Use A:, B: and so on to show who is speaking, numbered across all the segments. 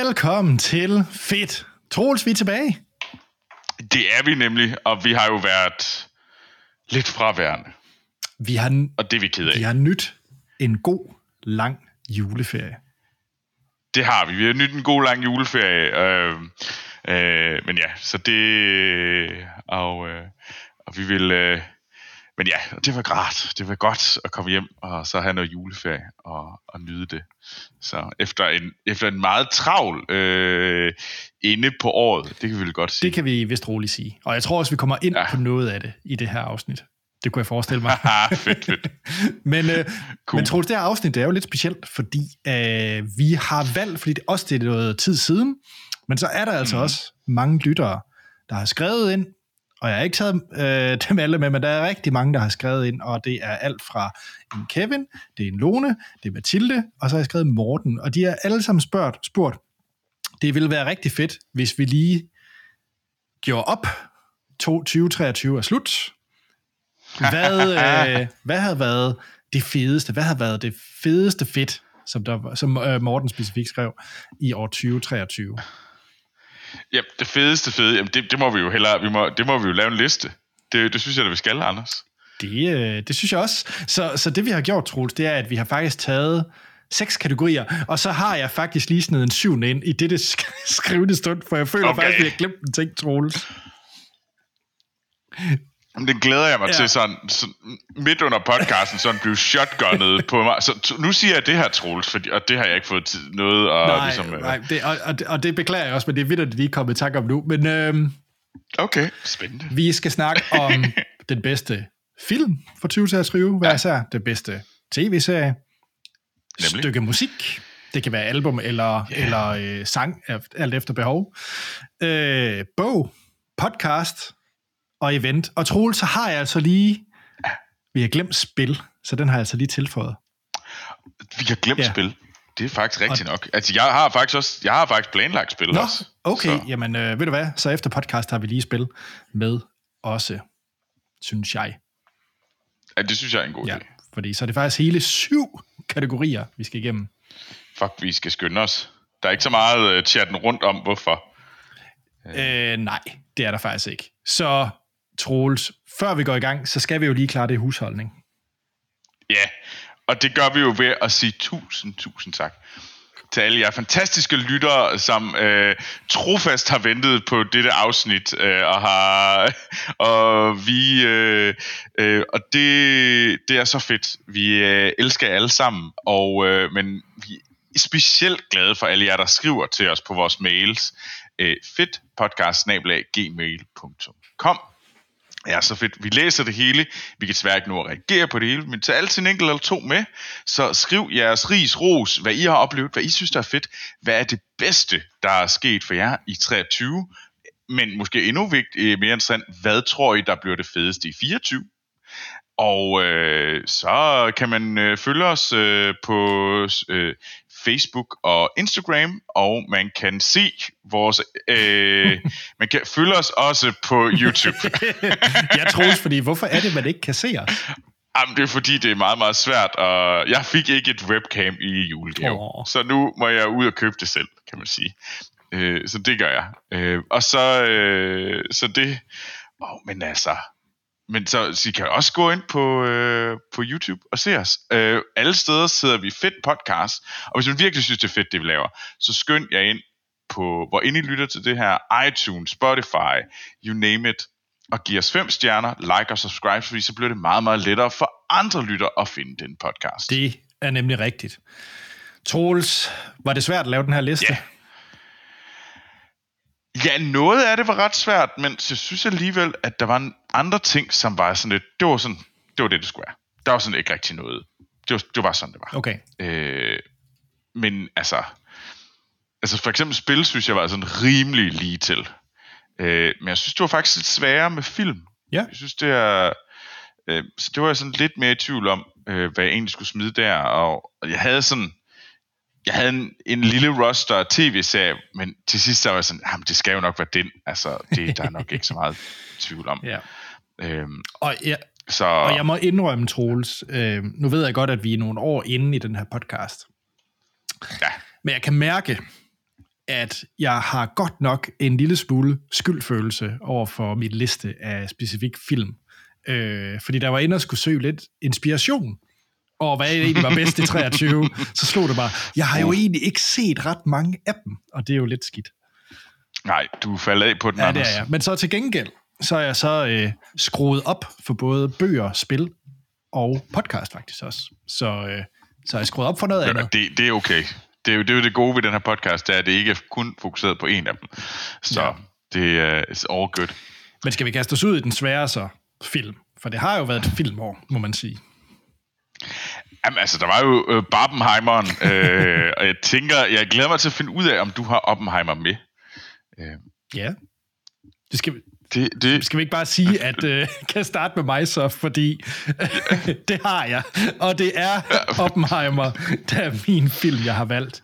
A: Velkommen til Fedt. Troels, vi er tilbage.
B: Det er vi nemlig, og vi har jo været lidt fraværende. Og det er vi ked af.
A: Vi har nyt en god, lang juleferie.
B: Det har vi. Vi har nyt en god, lang juleferie. Men ja, så det... Og vi vil... Men ja, det var rart. Det var godt at komme hjem og så have noget juleferie og nyde det. Så efter en meget travl inde på året, det kan vi vel godt sige.
A: Det kan vi vist roligt sige. Og jeg tror også, vi kommer ind på noget af det i det her afsnit. Det kunne jeg forestille mig.
B: fedt.
A: Men Troels, det her afsnit, det er jo lidt specielt, fordi vi har valgt, fordi det også det er noget tid siden, men så er der altså også mange lyttere, der har skrevet ind, og jeg har ikke taget dem alle med, men der er rigtig mange, der har skrevet ind, og det er alt fra en Kevin, det er en Lone, det er Mathilde, og så har jeg skrevet Morten, og de har alle sammen spurgt, det ville være rigtig fedt, hvis vi lige gjorde op, 2023 er slut. Hvad havde været det fedeste? Hvad havde været det fedeste fedt, som Morten specifikt skrev i år 2023?
B: Ja, det fedeste fede, jamen det må vi jo hellere, det må vi jo lave en liste. Det synes jeg, at vi skal, Anders.
A: Det synes jeg også. Så det vi har gjort, Troels, det er, at vi har faktisk taget 6 kategorier, og så har jeg faktisk lige snedet en 7. ind i dette skrivende stund, for jeg føler faktisk, at jeg har glemt en ting, Troels.
B: Det glæder jeg mig til sådan midt under podcasten, sådan blive shotgunnet på mig. Så nu siger jeg det her, Troels, og det har jeg ikke fået noget at...
A: Nej, det beklager jeg også, men det er vildt, at de lige kommet i tanke om nu. Men
B: okay, spændende.
A: Vi skal snakke om den bedste film for 2023, hvad især det bedste tv-serie, stykke musik, det kan være album eller sang, alt efter behov, bog, podcast og event. Og Troels, så har jeg altså lige... Vi har glemt spil, så den har jeg altså lige tilføjet.
B: Vi har glemt spil? Det er faktisk rigtigt nok. Altså, jeg har faktisk planlagt spil også.
A: Okay, så. Jamen ved du hvad? Så efter podcast har vi lige spil med også, synes jeg.
B: Ja, det synes jeg er en god idé.
A: Fordi så er det faktisk hele 7 kategorier, vi skal igennem.
B: Fuck, vi skal skynde os. Der er ikke så meget chatten rundt om, hvorfor.
A: Nej, det er der faktisk ikke. Så Troels, før vi går i gang, så skal vi jo lige klare det husholdning.
B: Ja, og det gør vi jo ved at sige tusind tak til alle jer fantastiske lyttere, som trofast har ventet på dette afsnit, og det er så fedt. Vi elsker alle sammen, men vi er specielt glade for alle jer, der skriver til os på vores mails. fedtpodcast@gmail.com. Ja, så fedt. Vi læser det hele. Vi kan desværre ikke nå at reagere på det hele, men tag altid en enkelt eller 2 med. Så skriv jeres ris, ros, hvad I har oplevet, hvad I synes, der er fedt. Hvad er det bedste, der er sket for jer i 23? Men måske endnu mere interessant, hvad tror I, der bliver det fedeste i 24? Og så kan man følge os på Facebook og Instagram, og man kan se vores... man kan følge os også på YouTube.
A: Jeg tror fordi hvorfor er det, man ikke kan se os?
B: Jamen, det er fordi, det er meget, meget svært, og jeg fik ikke et webcam i julegave. Så nu må jeg ud og købe det selv, kan man sige. Så det gør jeg. Og så det... men altså... Men så I kan også gå ind på YouTube og se os. Alle steder sidder vi Fedt Podcast, og hvis man virkelig synes, det er fedt, det vi laver, så skynd jer ind på, hvor I lytter til det her, iTunes, Spotify, you name it, og giv os 5 stjerner, like og subscribe, fordi så bliver det meget, meget lettere for andre lyttere at finde den podcast.
A: Det er nemlig rigtigt. Troels, var det svært at lave den her liste?
B: Ja, noget af det var ret svært, men jeg synes alligevel, at der var andre ting, som var sådan lidt, det var det skulle være. Der var sådan ikke rigtig noget. Det var sådan, det var.
A: Okay.
B: Men altså for eksempel spil, synes jeg var sådan rimelig lige til. Men jeg synes, det var faktisk lidt sværere med film.
A: Ja.
B: Jeg synes, så det var jeg sådan lidt mere i tvivl om, hvad jeg egentlig skulle smide der. Og jeg havde en lille roster af tv-serie, men til sidst så var jeg sådan, det skal jo nok være den. Altså, der er nok ikke så meget tvivl om.
A: Ja. Og jeg må indrømme, Troels, nu ved jeg godt, at vi er nogle år inde i den her podcast.
B: Ja.
A: Men jeg kan mærke, at jeg har godt nok en lille smule skyldfølelse over for mit liste af specifik film. Fordi der var inde og skulle søge lidt inspiration, og hvad egentlig var bedst i 23, så slog det bare, jeg har jo egentlig ikke set ret mange af dem, og det er jo lidt skidt.
B: Nej, du falder af på den,
A: ja,
B: Anders.
A: Det er jeg. Men så til gengæld, så er jeg så skruet op for både bøger, spil og podcast faktisk også. Så er jeg skruet op for noget andet.
B: Det er okay. Det er jo det gode ved den her podcast, det er, at det ikke er kun fokuseret på en af dem. Så det er all good.
A: Men skal vi kaste os ud i den svære så film? For det har jo været et filmår, må man sige.
B: Jamen altså, der var jo Barbenheimeren, og jeg glæder mig til at finde ud af, om du har Oppenheimer med.
A: Ja, det skal vi ikke bare sige, at kan starte med mig så, fordi det har jeg, og det er Oppenheimer, der er min film, jeg har valgt.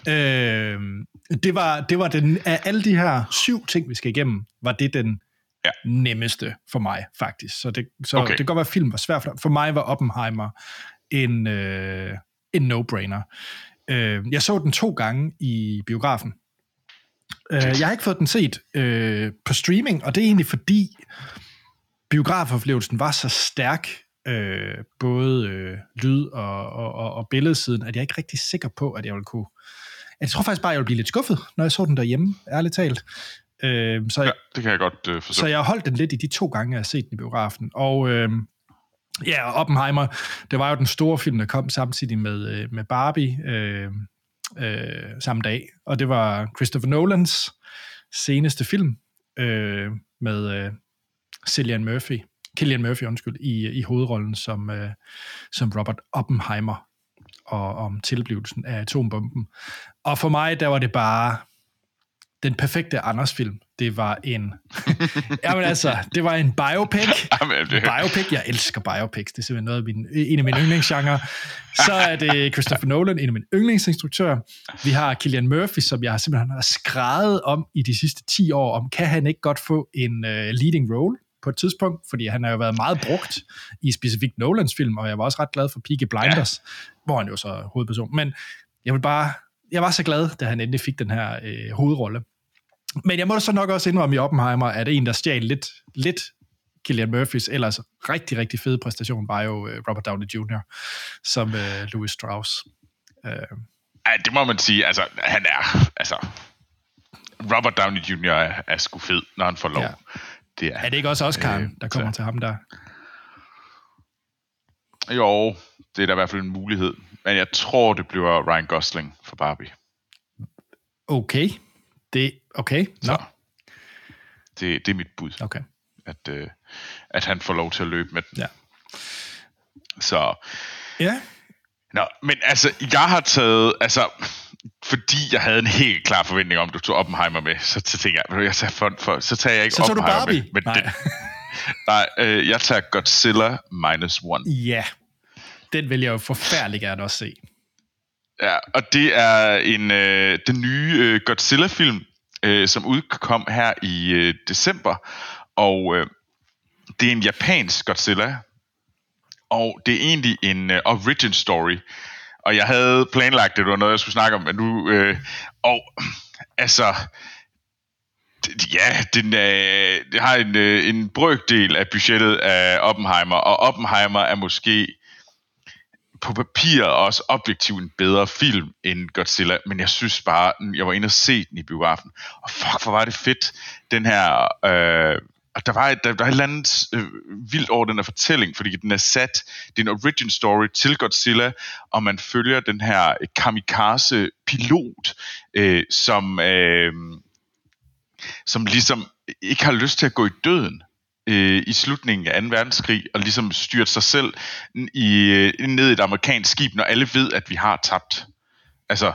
A: Det var den, af alle de her 7 ting, vi skal igennem, var det den nemmeste for mig, faktisk. Så det kan godt være, at film var svært for mig var Oppenheimer en no-brainer. Jeg så den 2 gange i biografen. Jeg har ikke fået den set på streaming, og det er egentlig fordi biografoplevelsen var så stærk, både lyd og billedsiden, at jeg ikke er rigtig sikker på, at jeg ville kunne... Jeg tror faktisk bare, at jeg ville blive lidt skuffet, når jeg så den derhjemme, ærligt talt.
B: Det kan jeg godt forstå. Så
A: jeg har holdt den lidt i de 2 gange, jeg har set den i biografen. Og Oppenheimer, det var jo den store film, der kom samtidig med Barbie samme dag. Og det var Christopher Nolans seneste film med Cillian Murphy i hovedrollen som Robert Oppenheimer og om tilblivelsen af atombomben. Og for mig, der var det bare den perfekte Anders-film. Det var en... det var en biopic. Biopic, jeg elsker biopics. Det er simpelthen en af mine yndlingsgenre. Så er det Christopher Nolan, en af mine yndlingsinstruktører. Vi har Cillian Murphy, som jeg simpelthen har skrevet om i de sidste 10 år, om kan han ikke godt få en leading role på et tidspunkt, fordi han har jo været meget brugt i specifikt Nolans film, og jeg var også ret glad for Peaky Blinders, hvor han jo så er hovedperson. Men jeg var så glad, da han endelig fik den her hovedrolle. Men jeg må så nok også indrømme i Oppenheimer, at en, der stjal lidt Cillian Murphys ellers rigtig, rigtig fede præstation, var jo Robert Downey Jr. som Louis Strauss.
B: Det må man sige. Altså, han er... Altså, Robert Downey Jr. er sgu fed, når han får lov. Ja.
A: Er det ikke også Oscar, der kommer til ham der?
B: Jo, det er da i hvert fald en mulighed. Men jeg tror, det bliver Ryan Gosling for Barbie.
A: Okay. Okay. No.
B: Det er mit bud.
A: Okay.
B: At han får lov til at løbe med den.
A: Ja.
B: Så.
A: Ja.
B: Nå, men altså, jeg har taget, fordi jeg havde en helt klar forventning om, du tog Oppenheimer med, så tænker jeg så tager jeg ikke Oppenheimer med. Men nej. Jeg tager Godzilla -1.
A: Ja, den vil jeg jo forfærdeligt gerne også se.
B: Ja, og det er den nye Godzilla-film, som udkom her i december, og det er en japansk Godzilla, og det er egentlig en origin story, og jeg havde planlagt, det var noget, jeg skulle snakke om, men nu, det har en brøkdel af budgettet af Oppenheimer, og Oppenheimer er måske på papiret også objektivt en bedre film end Godzilla, men jeg synes bare, jeg var inde og se den i biografen, og fuck, hvor var det fedt, den her, og der var et eller andet vildt over den her fortælling, fordi den er sat, det er en origin story til Godzilla, og man følger den her kamikaze-pilot, som ligesom ikke har lyst til at gå i døden i slutningen af 2. verdenskrig, og ligesom styrt sig selv ned i et amerikansk skib, når alle ved, at vi har tabt. Altså,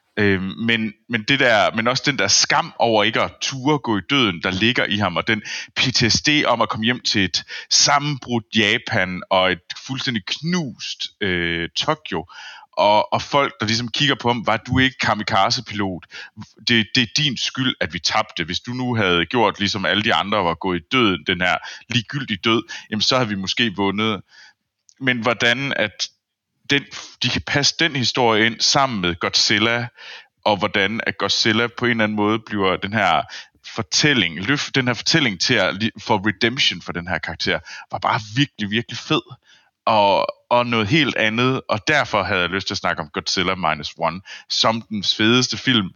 B: men også den der skam over ikke at ture gå i døden, der ligger i ham, og den PTSD om at komme hjem til et sammenbrudt Japan, og et fuldstændig knust Tokyo, og folk, der ligesom kigger på ham, var du ikke kamikaze-pilot? Det er din skyld, at vi tabte. Hvis du nu havde gjort, ligesom alle de andre var gået i døden, den her ligegyldige død, jamen så havde vi måske vundet. Men hvordan at de kan passe den historie ind sammen med Godzilla, og hvordan at Godzilla på en eller anden måde bliver den her fortælling til at få redemption for den her karakter, var bare virkelig, virkelig fed. Og noget helt andet, og derfor havde jeg lyst til at snakke om Godzilla Minus One som den fedeste film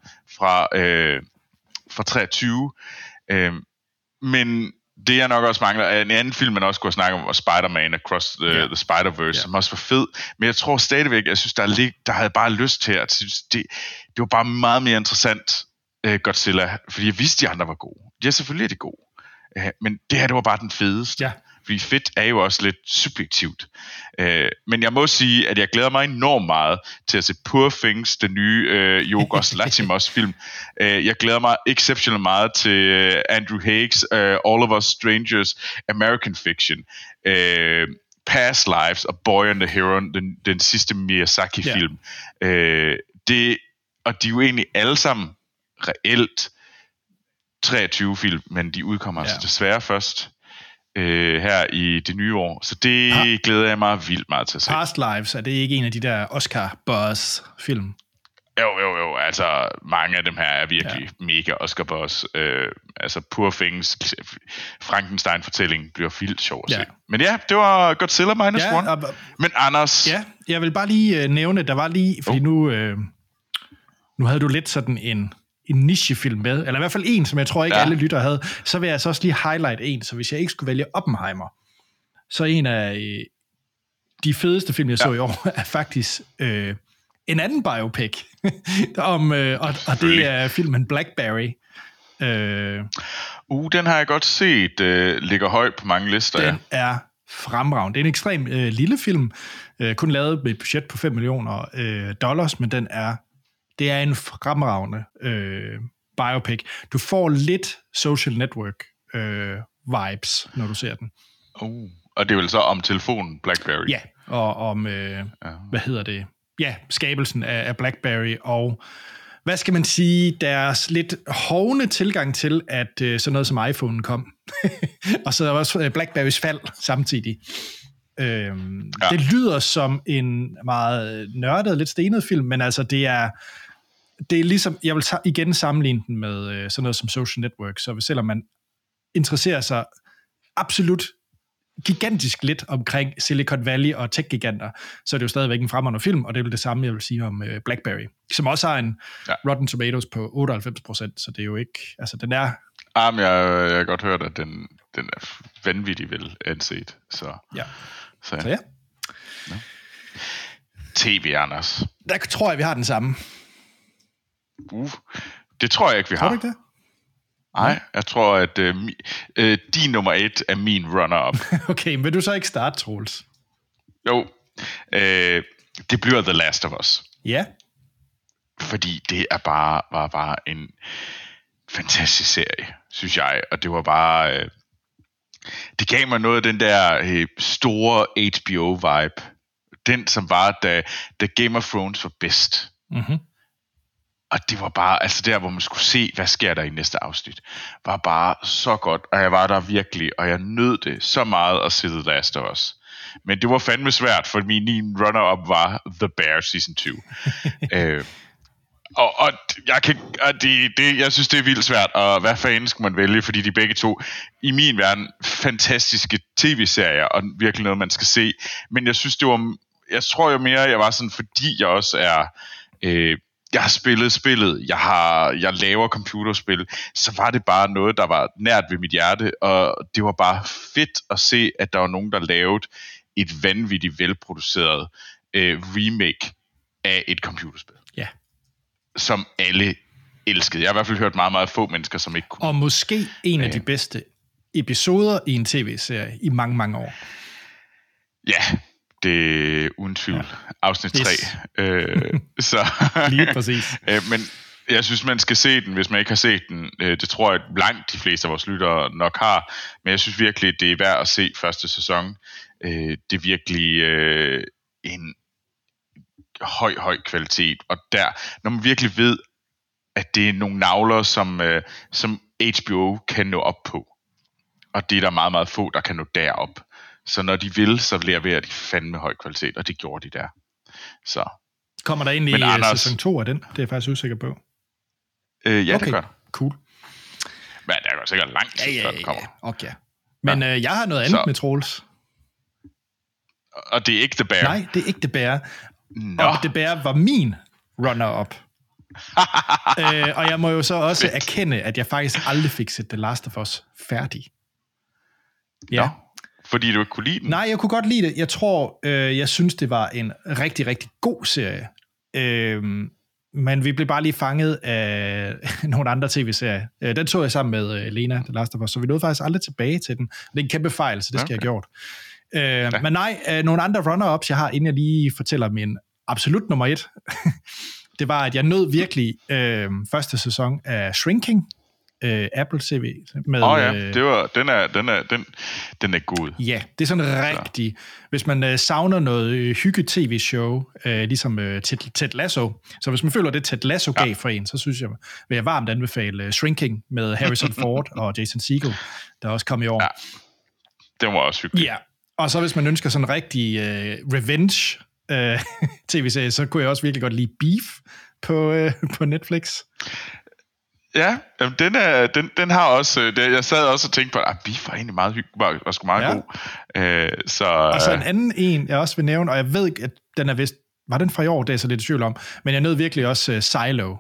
B: fra 23. Men det jeg nok også mangler, er en anden film, man også kunne snakke om, var Spider-Man Across the Spider-Verse, som også var fed. Men jeg tror stadigvæk, jeg synes, der havde jeg bare lyst til, at det var bare meget mere interessant, Godzilla, fordi jeg vidste, de andre var gode. Ja, selvfølgelig er de gode. Men det her, det var bare den fedeste. Ja. Fordi fedt er jo også lidt subjektivt. Men jeg må sige, at jeg glæder mig enormt meget til at se Poor Things, den nye Yorgos Lanthimos film. Jeg glæder mig exceptionelt meget til Andrew Haigh's All of Us Strangers, American Fiction, Past Lives og Boy and the Hero, den sidste Miyazaki-film. Og de er jo egentlig alle sammen reelt 23 film, men de udkommer altså desværre først her i det nye år. Så det glæder jeg mig vildt meget til at se.
A: Past Lives, er det ikke en af de der Oscar-buzz-film?
B: Jo, altså mange af dem her er virkelig mega Oscar-buzz. Altså Poor Things, Frankenstein-fortælling bliver vildt sjov at se. Men ja, det var Godzilla Minus One. Men Anders...
A: Ja, jeg vil bare lige nævne, der var lige, fordi nu havde du lidt sådan en nichefilm med, eller i hvert fald en, som jeg tror ikke alle lyttere havde, så vil jeg så også lige highlight en, så hvis jeg ikke skulle vælge Oppenheimer, så en af de fedeste film, jeg så i år, er faktisk en anden biopic, og det er filmen Blackberry.
B: Den har jeg godt set, ligger højt på mange lister.
A: Den er fremragende. Det er en ekstrem lille film, kun lavet med et budget på $5 million, men det er en fremragende biopic. Du får lidt Social Network vibes, når du ser den.
B: Og det er vel så om telefonen BlackBerry?
A: Ja, og om, skabelsen af BlackBerry, og hvad skal man sige, deres lidt hovne tilgang til, at sådan noget som iPhone kom. Og så også BlackBerrys fald samtidig. Det lyder som en meget nørdet, lidt stenet film, men altså det er ligesom, jeg vil igen sammenligne den med sådan noget som Social Network, så selvom man interesserer sig absolut gigantisk lidt omkring Silicon Valley og tech-giganter, så er det jo stadigvæk en fremragende film, og det er jo det samme, jeg vil sige om BlackBerry, som også har en Rotten Tomatoes på 98%, så det er jo ikke, altså den er...
B: Men jeg har godt hørt, at den er vanvittig vel anset, så... Ja. Så ja. TV, Anders.
A: Der tror jeg, vi har den samme.
B: Det tror jeg ikke, vi har.
A: Tror du ikke det?
B: Nej, jeg tror, at din nummer 1 er min runner-up.
A: Okay, men vil du så ikke starte, Troels?
B: Jo, det bliver The Last of Us.
A: Ja.
B: Fordi det er var bare en fantastisk serie, synes jeg. Og det var bare... det gav mig noget af den der store HBO-vibe. Den, som var, da Game of Thrones var bedst.
A: Mhm.
B: Og det var bare, altså der, hvor man skulle se, hvad sker der i næste afsnit, var bare så godt, og jeg var der virkelig, og jeg nød det så meget at se The Last of Us. Men det var fandme svært, for min runner-up var The Bear Season 2. Og jeg synes, det er vildt svært, og hvad fanden skal man vælge, fordi de begge to, i min verden, fantastiske tv-serier, og virkelig noget, man skal se. Men jeg synes, jeg tror jo mere, jeg var sådan, fordi jeg også er... jeg har spillet spillet, jeg laver computerspil, så var det bare noget, der var nært ved mit hjerte, og det var bare fedt at se, at der var nogen, der lavede et vanvittigt velproduceret remake af et computerspil.
A: Ja.
B: Som alle elskede. Jeg har i hvert fald hørt meget, meget få mennesker, som ikke kunne.
A: Og måske en af de bedste episoder i en tv-serie i mange, mange år.
B: Ja, det er uden tvivl. Afsnit 3. Så
A: lige præcis.
B: Men jeg synes, man skal se den, hvis man ikke har set den. Det tror jeg, langt de fleste af vores lyttere nok har. Men jeg synes virkelig, det er værd at se første sæson. Det er virkelig en høj kvalitet. Og der, når man virkelig ved, at det er nogle navler, som HBO kan nå op på. Og det er der meget, meget få, der kan nå derop. Så når de vil, så leverer de fandme høj kvalitet, og det gjorde de der. Så
A: Kommer der egentlig i sæson 2 af den? Det er jeg faktisk usikker på.
B: Ja, okay. Det gør der.
A: Cool.
B: Men der er sikkert lang tid, før den kommer.
A: Okay. Men jeg har noget andet med Troels.
B: Og det er ikke The Bear?
A: Nej, det er ikke The Bear. Og The Bear var min runner-up. Og jeg må jo så også erkende, at jeg faktisk aldrig fik set The Last of Us færdig. Ja.
B: Fordi du ikke kunne lide den?
A: Nej, jeg kunne godt lide det. Jeg tror, jeg synes, det var en rigtig, rigtig god serie. Men vi blev bare lige fanget af nogle andre tv-serier. Den så jeg sammen med Lena, The Last of Us, så vi nåede faktisk aldrig tilbage til den. Det er en kæmpe fejl, så det skal jeg have gjort. Men nej, nogle andre runner-ups, jeg har, inden jeg lige fortæller min absolut nummer 1, det var, at jeg nød virkelig første sæson af Shrinking, Apple TV.
B: Den er god.
A: Ja, det er sådan rigtig... Hvis man savner noget hygge-tv-show, ligesom Ted Lasso, så hvis man føler, det Ted Lasso gav for en, så synes jeg, vil jeg varmt anbefale Shrinking med Harrison Ford og Jason Segel, der også kom i år.
B: Ja, det var også hyggeligt.
A: Ja, og så hvis man ønsker sådan en rigtig revenge tv-serie, så kunne jeg også virkelig godt lide Beef på Netflix.
B: Ja, den har også... jeg sad også og tænkte på, at Beef var egentlig meget var sgu meget god.
A: Og så en anden en, jeg også vil nævne, og jeg ved, at den er vist... Var den fra i år? Det er så lidt i tvivl om. Men jeg nød virkelig også Silo.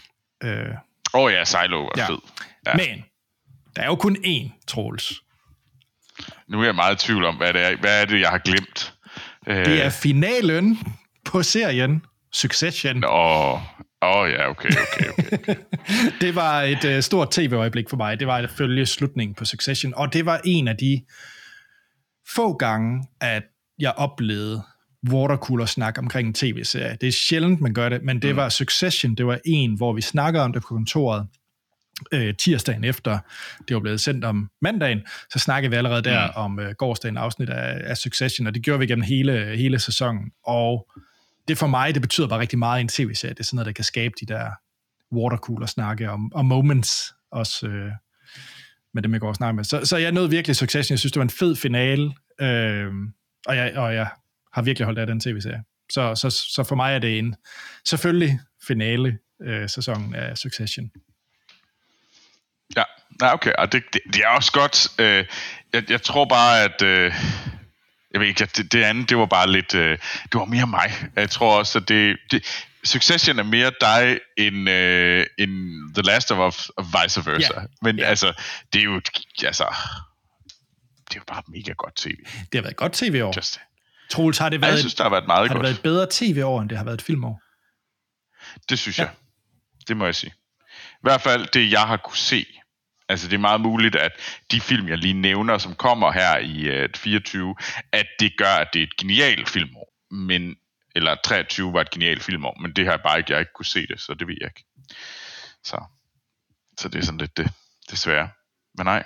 B: Silo var fed. Ja.
A: Men der er jo kun én, Troels.
B: Nu er jeg meget i tvivl om, hvad er det, jeg har glemt.
A: Det er finalen på serien Succession.
B: Ja, okay.
A: Det var et stort tv-øjeblik for mig. Det var at følge slutningen på Succession, og det var en af de få gange, at jeg oplevede watercooler-snak omkring en tv-serie. Det er sjældent, man gør det, men det var Succession. Det var en, hvor vi snakker om det på kontoret tirsdagen efter. Det var blevet sendt om mandagen, så snakkede vi allerede der om gårsdagen afsnit af Succession, og det gjorde vi gennem hele sæsonen, og det for mig, det betyder bare rigtig meget i en tv-serie. Det er sådan noget, der kan skabe de der watercooler-snakke om moments, også med dem, jeg går og snakker med. Så jeg nåede virkelig Succession. Jeg synes, det var en fed finale, og jeg har virkelig holdt af den tv-serie. Så for mig er det en selvfølgelig finale-sæson af Succession.
B: Ja, okay. Og det er også godt. Jeg tror bare, at... Jeg ved ikke, det andet, det var bare lidt... det var mere mig. Jeg tror også, at Succession er mere dig end The Last of Us, og vice versa. Yeah. Men altså, det er jo... Altså, det er jo bare mega godt tv.
A: Det har været et godt tv-år. Troels, har det været...
B: Jeg synes, der har været meget godt.
A: Har det været et bedre tv-år, end det har været et filmår?
B: Det synes jeg. Det må jeg sige. I hvert fald det, jeg har kunne se. Altså, det er meget muligt, at de film, jeg lige nævner, som kommer her i 24, at det gør, at det er et genialt filmår. Eller 23 var et genialt filmår, men det har jeg ikke kunne se det, så det ved jeg ikke. Så det er sådan lidt det, desværre. Men nej.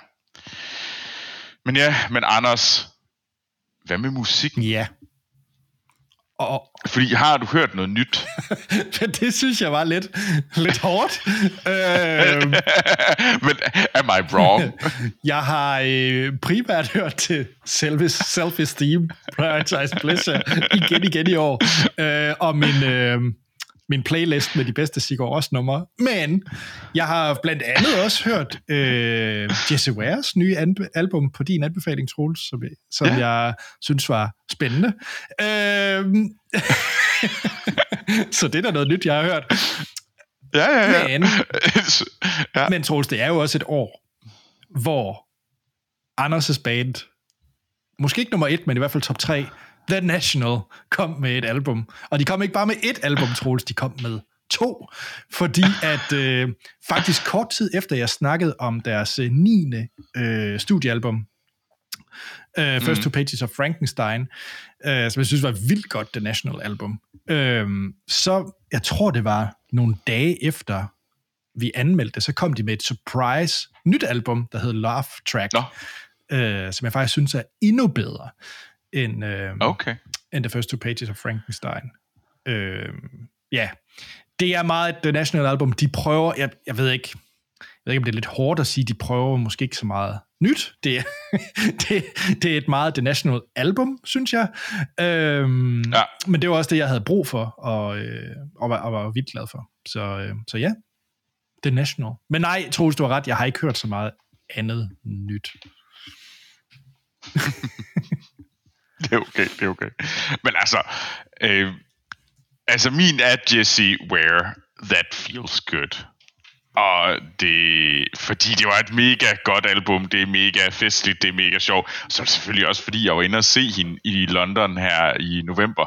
B: Men Anders, hvad med musikken?
A: Ja.
B: Fordi har du hørt noget nyt?
A: Det synes jeg var lidt hårdt.
B: Men am I wrong?
A: Jeg har primært hørt til Self-Esteem, Prioritize Pleasure igen i år. Og min playlist med de bedste Sigur Rós numre. Men jeg har blandt andet også hørt Jessie Wares nye album på din anbefaling, Troels, som jeg synes var spændende. Så det er da noget nyt, jeg har hørt.
B: Ja.
A: Men Troels, det er jo også et år, hvor Anders' band, måske ikke nummer 1, men i hvert fald top 3, The National, kom med et album. Og de kom ikke bare med et album, Troels, de kom med 2. Fordi at faktisk kort tid efter, jeg snakkede om deres 9. studiealbum, First Two Pages of Frankenstein, som jeg synes var vildt godt, The National album. Så jeg tror, det var nogle dage efter, vi anmeldte det, så kom de med et surprise nyt album, der hed Love Track, som jeg faktisk synes er endnu bedre end The First Two Pages of Frankenstein. Det er meget The National album. De prøver, jeg ved ikke, ved ikke, om det er lidt hårdt at sige, de prøver måske ikke så meget nyt. Det er et meget The National album, synes jeg. Men det var også det, jeg havde brug for, og var vildt glad for. Så ja, The National. Men nej, Troels, du har ret, jeg har ikke hørt så meget andet nyt.
B: Det er okay. Men altså min er Jessie Ware, That Feels Good. Og fordi det var et mega godt album, det er mega festligt, det er mega sjovt. Så selvfølgelig også, fordi jeg var inde og se hende i London her i november.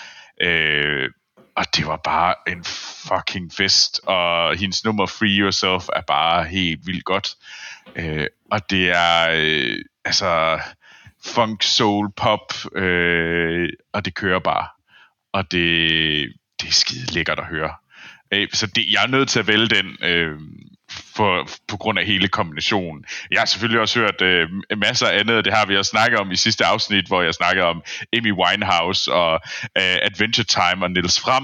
B: Og det var bare en fucking fest, og hendes nummer Free Yourself er bare helt vildt godt. Og det er funk, soul, pop, og det kører bare. Og det er skide lækkert at høre. Så jeg er nødt til at vælge den på grund af hele kombinationen. Jeg har selvfølgelig også hørt masser af andet, det har vi også snakket om i sidste afsnit, hvor jeg snakkede om Amy Winehouse og Adventure Time og Niels Fram,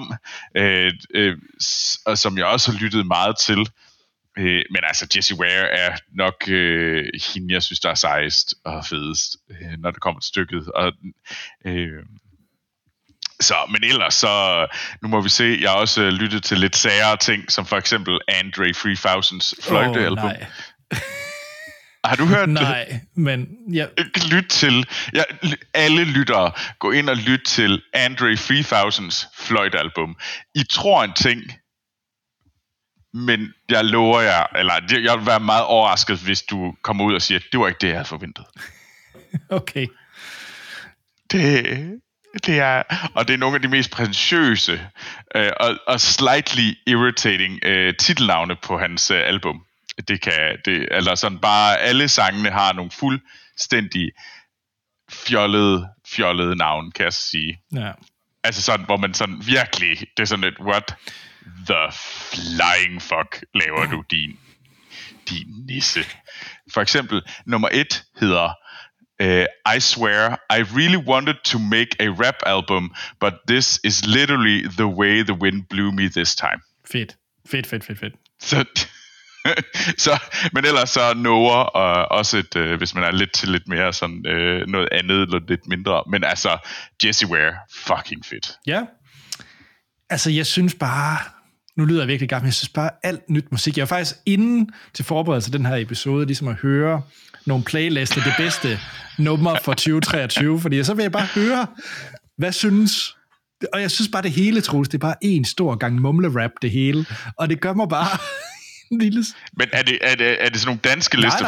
B: og som jeg også har lyttet meget til. Men altså Jessie Ware er nok hende, jeg synes, der er sejest og fedest, når det kommer til stykket. Og men ellers så, nu må vi se, jeg har også lyttet til lidt særere ting, som for eksempel Andre 3000's fløjtealbum.
A: Nej.
B: Har du hørt det?
A: Nej, men... Ja.
B: Lyt til, alle lyttere, gå ind og lyt til Andre 3000's fløjtealbum. I tror en ting, men jeg lover jer, eller jeg vil være meget overrasket, hvis du kommer ud og siger, at det var ikke det, jeg havde forventet.
A: Okay.
B: Det er nogle af de mest prætentiøse og slightly irritating titelnavne på hans album. Eller sådan bare alle sangene har nogle fuldstændig fjollede navne, kan jeg sige.
A: Ja.
B: Altså sådan, hvor man sådan virkelig, det er sådan et, what the flying fuck laver du, din nisse. For eksempel, nummer 1 hedder I swear, I really wanted to make a rap album, but this is literally the way the wind blew me this time.
A: Fedt.
B: Så, men ellers så Noah, og også hvis man er lidt mere sådan noget andet, eller lidt mindre. Men altså, Jessie Ware, fucking fedt.
A: Ja. Altså, jeg synes bare, nu lyder jeg virkelig gammel, jeg synes bare alt nyt musik. Jeg var faktisk inden til forberedelse af den her episode, ligesom at høre nogle playlister, det bedste nummer for 2023, fordi så vil jeg bare høre, hvad synes. Og jeg synes bare, det hele, Troels, det er bare en stor gang mumle-rap, det hele. Og det gør mig bare en lille...
B: Men er det sådan nogle danske lister?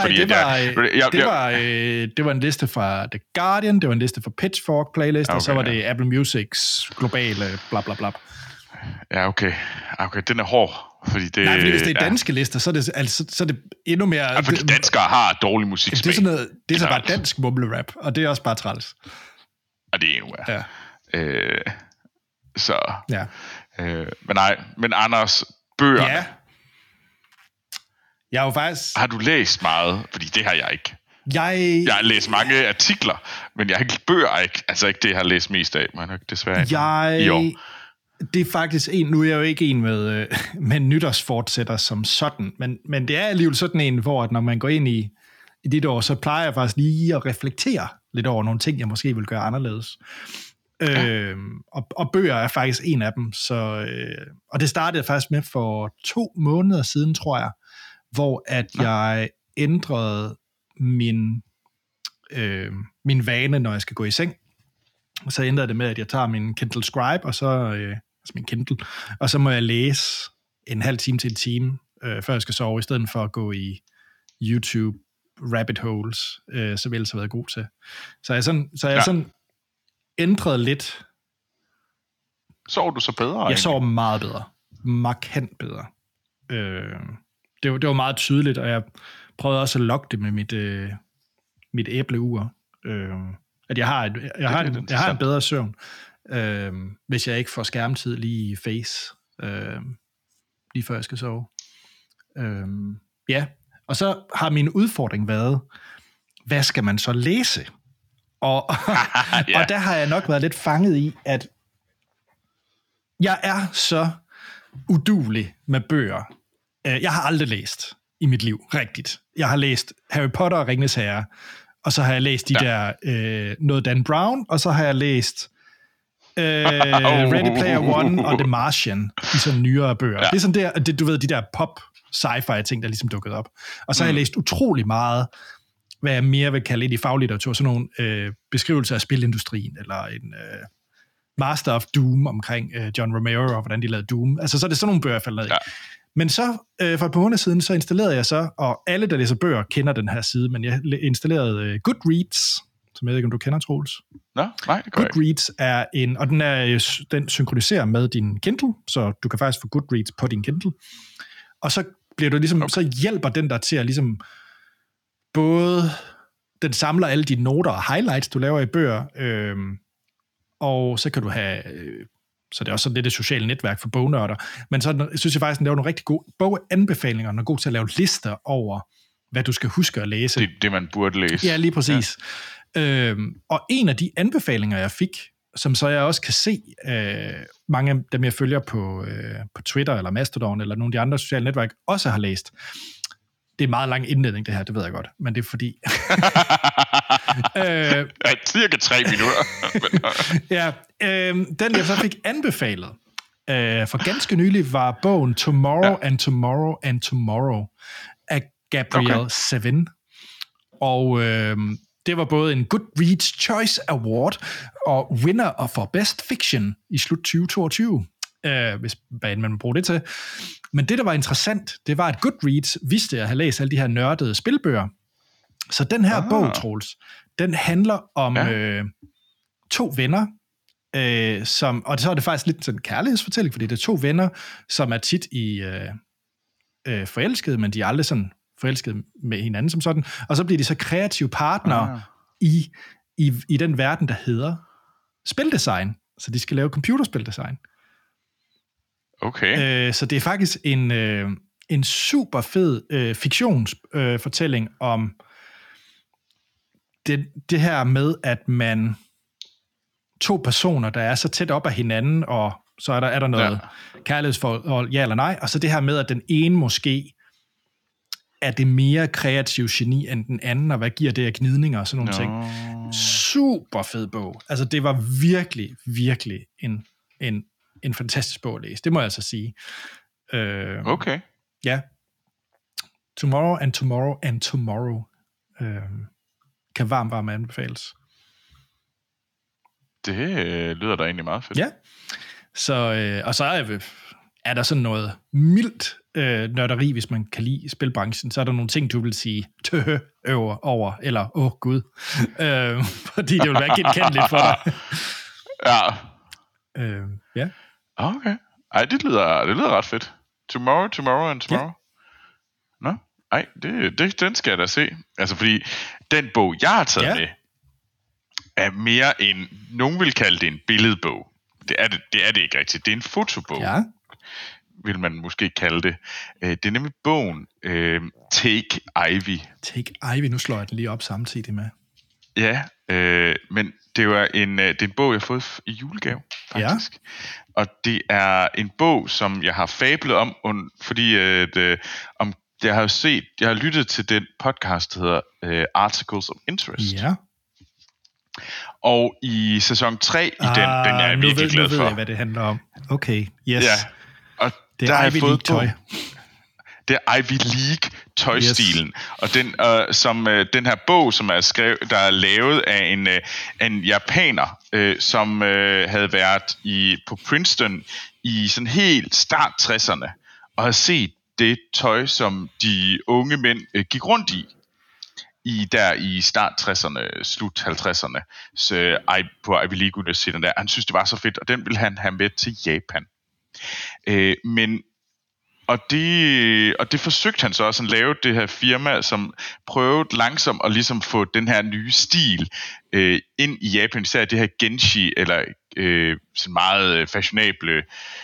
A: Nej, det var en liste fra The Guardian, det var en liste fra Pitchfork playlist, og så var det Apple Musics globale bla bla bla.
B: Ja, okay, den er hård. Fordi det,
A: nej, fordi hvis det er danske lister, så er det endnu mere...
B: Ja, fordi danskere har dårlig musiksmag.
A: Det er så bare dansk mumle-rap, og det er også bare træls.
B: Og det er endnu værre.
A: Ja.
B: Så...
A: Ja.
B: Men Anders, bøgerne...
A: Ja. Jeg har jo faktisk...
B: Har du læst meget? Fordi det har jeg ikke.
A: Jeg
B: har læst mange artikler, men jeg har ikke bøger, ikke det, jeg har læst mest af. Man har desværre ikke i år.
A: Det er faktisk nu er jeg jo ikke en med nytårsfortsætter som sådan, men det er alligevel sådan en, hvor at når man går ind i dit år, så plejer jeg faktisk lige at reflektere lidt over nogle ting, jeg måske vil gøre anderledes. Ja. Og bøger er faktisk en af dem. Og det startede jeg faktisk med for 2 måneder siden, tror jeg, hvor at jeg ændrede min vane, når jeg skal gå i seng. Og så ændrede det med, at jeg tager min Kindle Scribe, og så min Kindle, og så må jeg læse en halv time til en time, før jeg skal sove, i stedet for at gå i YouTube rabbit holes, så vil jeg have været god til. Så jeg sådan ændret lidt.
B: Sover du så bedre?
A: Jeg sover meget bedre. Markant bedre. Det var meget tydeligt, og jeg prøvede også at logge det med mit æbleur. At jeg har en bedre søvn, hvis jeg ikke får skærmtid lige i face, lige før jeg skal sove. Ja, og så har min udfordring været, hvad skal man så læse? Og der har jeg nok været lidt fanget i, at jeg er så uduelig med bøger. Jeg har aldrig læst i mit liv, rigtigt. Jeg har læst Harry Potter og Ringenes Herre, og så har jeg læst de der noget Dan Brown, og så har jeg læst Ready Player One og The Martian i sådan nyere bøger. Ja. Det er sådan der, du ved, de der pop sci-fi ting, der ligesom dukket op. Og så har jeg læst utrolig meget, hvad jeg mere vil kalde i faglitteratur, sådan nogle beskrivelser af spilindustrien, eller en Master of Doom omkring John Romero, og hvordan de lavede Doom. Altså, så er det sådan nogle bøger, jeg faldt ned i. Ja. Men så, for et par måneder siden, så installerede jeg så, og alle, der læser bøger, kender den her side, men jeg installerede Goodreads, som jeg ved ikke, om du kender, Troels.
B: Nå, nej, det går
A: Goodreads er en, og den synkroniserer med din Kindle, så du kan faktisk få Goodreads på din Kindle. Og så bliver du ligesom, så hjælper den der til at ligesom, både, den samler alle de noter og highlights, du laver i bøger, og så kan du have, så det er også sådan lidt et socialt netværk for bognørder, men så synes jeg faktisk, den laver nogle rigtig gode boganbefalinger, og er god til at lave lister over, hvad du skal huske at læse.
B: Det man burde læse.
A: Ja, lige præcis. Ja. Og en af de anbefalinger, jeg fik, som så jeg også kan se, mange af dem, jeg følger på Twitter eller Mastodon, eller nogle af de andre sociale netværk, også har læst. Det er meget lang indledning, det her, det ved jeg godt, men det er fordi...
B: cirka 3 minutter.
A: Ja, den jeg så fik anbefalet for ganske nylig, var bogen Tomorrow and Tomorrow and Tomorrow af Gabrielle Zevin. Og det var både en Goodreads Choice Award og winner for Best Fiction i slut 2022. Hvis man må bruge det til. Men det, der var interessant, det var, at Goodreads vidste at have læst alle de her nørdede spilbøger. Så den her bog, Troels, den handler om 2 venner, og så er det faktisk lidt sådan en kærlighedsfortælling, fordi det er 2 venner, som er tit i forelskede, men de er aldrig sådan forelskede med hinanden som sådan. Og så bliver de så kreative partnere i den verden, der hedder spildesign. Så de skal lave computerspildesign.
B: Okay.
A: Så det er faktisk en super fed fiktionsfortælling om det her med, at man 2 personer, der er så tæt op af hinanden, og så er der noget kærlighedsforhold, ja eller nej, og så det her med, at den ene måske er det mere kreative geni end den anden, og hvad giver det af gnidninger og sådan nogle ting. Super fed bog. Altså det var virkelig, virkelig en fantastisk bog at læse. Det må jeg altså sige.
B: Okay.
A: Ja. Tomorrow and Tomorrow and Tomorrow kan varmt anbefales.
B: Det lyder da egentlig meget fedt.
A: Ja. Så, og så er der sådan noget mildt nørderi, hvis man kan lide spilbranchen. Så er der nogle ting, du vil sige over, eller gud. Fordi det vil være genkendeligt for dig.
B: Ja.
A: Ja.
B: Okay. Ej, det lyder ret fedt. Tomorrow and Tomorrow. Ja. Nå, ej, den skal jeg da se. Altså, fordi den bog, jeg har taget med, er mere en, nogen vil kalde det en billedbog. Det er det ikke rigtigt. Det er en fotobog, vil man måske kalde det. Det er nemlig bogen Take Ivy.
A: Take Ivy, nu slår jeg den lige op samtidig med.
B: Ja, men det er jo det er en bog, jeg har fået i julegave, faktisk. Ja. Og det er en bog, som jeg har fablet om, fordi jeg har lyttet til den podcast, der hedder Articles of Interest.
A: Ja.
B: Og i sæson 3 den er jeg virkelig glad for.
A: Nu ved jeg, hvad det handler om. Okay, yes.
B: Ja. Og
A: det er Ivy League tøj.
B: Det er Ivy League tøjstilen. Yes. Og den her bog, som der er lavet af en japaner, som havde været på Princeton i sådan helt start 60'erne, og havde set det tøj, som de unge mænd gik rundt i start 60'erne, slut 50'erne, på Ivy League Universitet der. Han synes, det var så fedt, og den ville han have med til Japan. Og det forsøgte han så også at lave, det her firma, som prøvede langsomt at ligesom få den her nye stil ind i Japan, især det her Genshi, eller sådan meget fashionable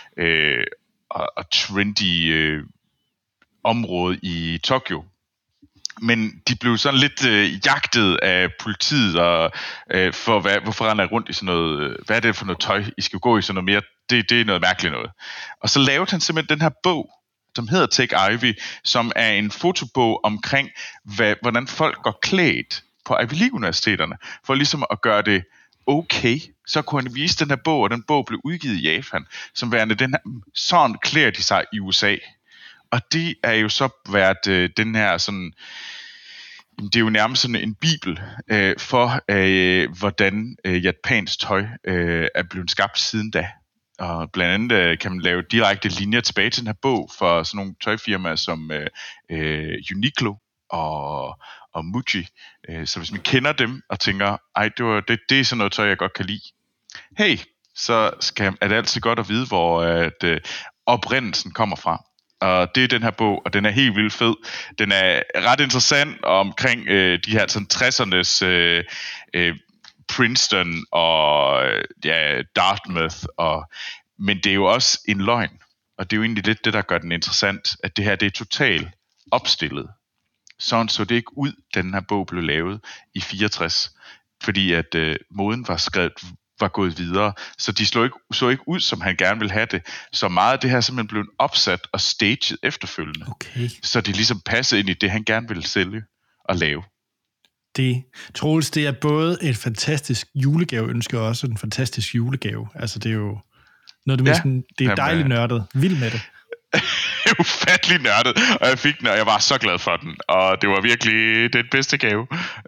B: og trendy område i Tokyo. Men de blev sådan lidt jagtet af politiet og hvorfor render rundt i sådan noget, hvad er det for noget tøj, I skal gå i sådan noget mere, det er noget mærkeligt noget. Og så lavede han simpelthen den her bog, som hedder Take Ivy, som er en fotobog omkring, hvordan folk går klædt på Ivy League-universiteterne, for ligesom at gøre det okay. Så kunne han vise den her bog, og den bog blev udgivet i Japan, som værende den her, sådan klæder de sig i USA. Og det er jo så været den her sådan, det er jo nærmest sådan en bibel for, hvordan japansk tøj er blevet skabt siden da. Og blandt andet kan man lave direkte linjer tilbage til den her bog for sådan nogle tøjfirmaer som Uniqlo og Muji. Så hvis man kender dem og tænker, det er sådan noget tøj, jeg godt kan lide. Hey, så er det altid godt at vide, hvor oprindelsen kommer fra. Og det er den her bog, og den er helt vildt fed. Den er ret interessant omkring de her sådan 60'ernes Princeton og Dartmouth. Men det er jo også en løgn. Og det er jo egentlig lidt det, der gør den interessant, at det her det er totalt opstillet. Sådan så det ikke ud, da den her bog blev lavet i 64. Fordi at moden var gået videre, så de så ikke ud, som han gerne ville have det. Så meget af det her simpelthen blev opsat og staged efterfølgende.
A: Okay.
B: Så det ligesom passede ind i det, han gerne ville sælge og lave.
A: Troels, det er både et fantastisk julegaveønske og også en fantastisk julegave. Altså det er jo noget af det mest, det er dejligt nørdet. Vild med det.
B: Ufattelig nørdet, og jeg fik den, og jeg var så glad for den, og det var virkelig den bedste gave.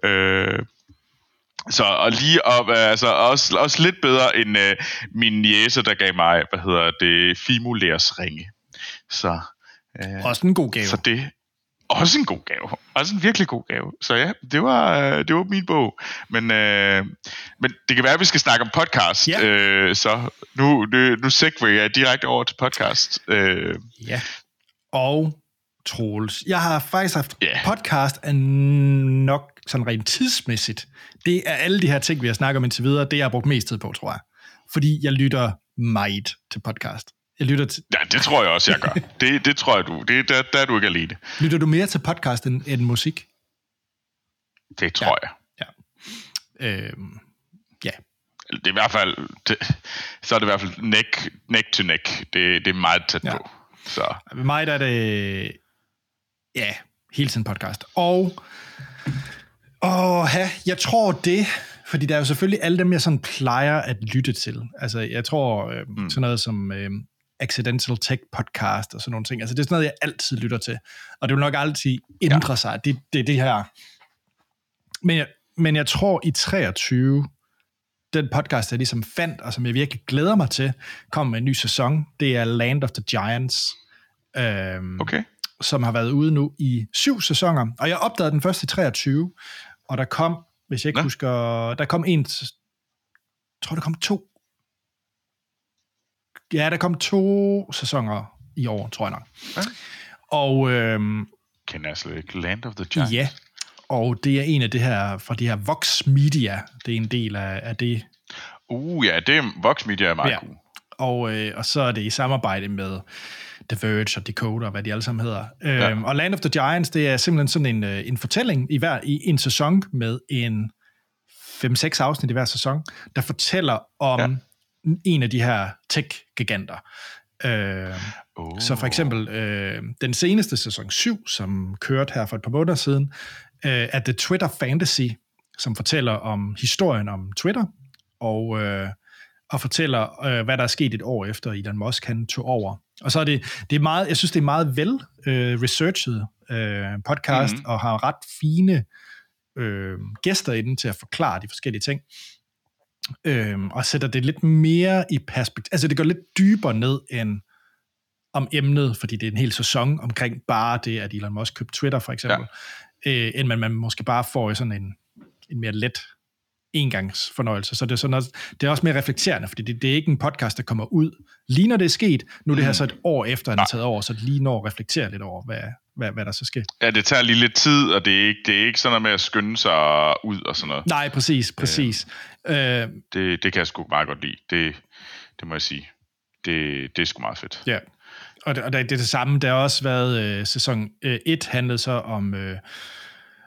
B: Så og lige op, altså også lidt bedre end min niece, der gav mig, Fimolers ringe. Så
A: også en god gave.
B: Så det også en god gave. Også en virkelig god gave. Så ja, det var min bog. Men det kan være, at vi skal snakke om podcast.
A: Ja.
B: Så nu segwayer jeg direkte over til podcast.
A: Ja. Og Troels, jeg har faktisk haft podcast er nok sådan rent tidsmæssigt. Det er alle de her ting, vi har snakket om indtil videre, det jeg har brugt mest tid på, tror jeg. Fordi jeg lytter meget til podcast. Jeg lytter til...
B: Ja, det tror jeg også, jeg gør. Det tror jeg, der er du ikke alene.
A: Lytter du mere til podcast end musik?
B: Det tror jeg.
A: Ja. Ja.
B: Det er i hvert fald... så er det i hvert fald neck to neck. Det er meget tæt på. Så.
A: Ved mig der er det... Ja, hele tiden podcast. Og jeg tror det... Fordi der er jo selvfølgelig alle dem, jeg sådan plejer at lytte til. Altså, jeg tror sådan noget som Accidental Tech Podcast og sådan nogle ting. Altså, det er sådan noget, jeg altid lytter til. Og det vil nok altid ændre sig. Det er det her. Men jeg tror i 23, den podcast, jeg ligesom fandt, og som jeg virkelig glæder mig til, kom med en ny sæson. Det er Land of the Giants. Som har været ude nu i 7 sæsoner. Og jeg opdagede den først i 23, og der kom, hvis jeg ikke husker, der kom jeg tror, der kom 2. Ja, der kom 2 sæsoner i år, tror jeg nok. Og
B: kan jeg slet ikke Land of the Giants?
A: Ja, og det er en af det her, fra de her Vox Media. Det er en del af det.
B: Ja, det er Vox Media er meget cool.
A: Og så er det i samarbejde med The Verge og Decoder, hvad de alle sammen hedder. Og Land of the Giants, det er simpelthen sådan en fortælling i en sæson med en 5-6 afsnit i hver sæson, der fortæller om en af de her tech-giganter. Så for eksempel den seneste sæson 7, som kørte her for et par måneder siden, er The Twitter Fantasy, som fortæller om historien om Twitter, og fortæller, hvad der er sket et år efter Elon Musk han tog over. Og så er det er meget, jeg synes, det er meget vel researchet podcast, og har ret fine gæster inden til at forklare de forskellige ting. Og sætter det lidt mere i perspektiv. Altså det går lidt dybere ned end om emnet, fordi det er en hel sæson omkring bare det, at Elon Musk købte Twitter for eksempel, end man måske bare får i sådan en mere let engangsfornøjelse. Så det er sådan noget, det er også mere reflekterende, fordi det er ikke en podcast, der kommer ud lige når det er sket. Nu er det her så et år efter, han er taget over, så det lige når at reflektere lidt over, hvad der så sker. Ja,
B: det tager lige lidt tid, og det er ikke sådan noget med at skynde sig ud og sådan noget.
A: Nej, præcis.
B: Det kan jeg sgu meget godt lide. Det må jeg sige. Det er sgu meget fedt.
A: Ja, og det er det samme. Der har også været sæson 1 handlede så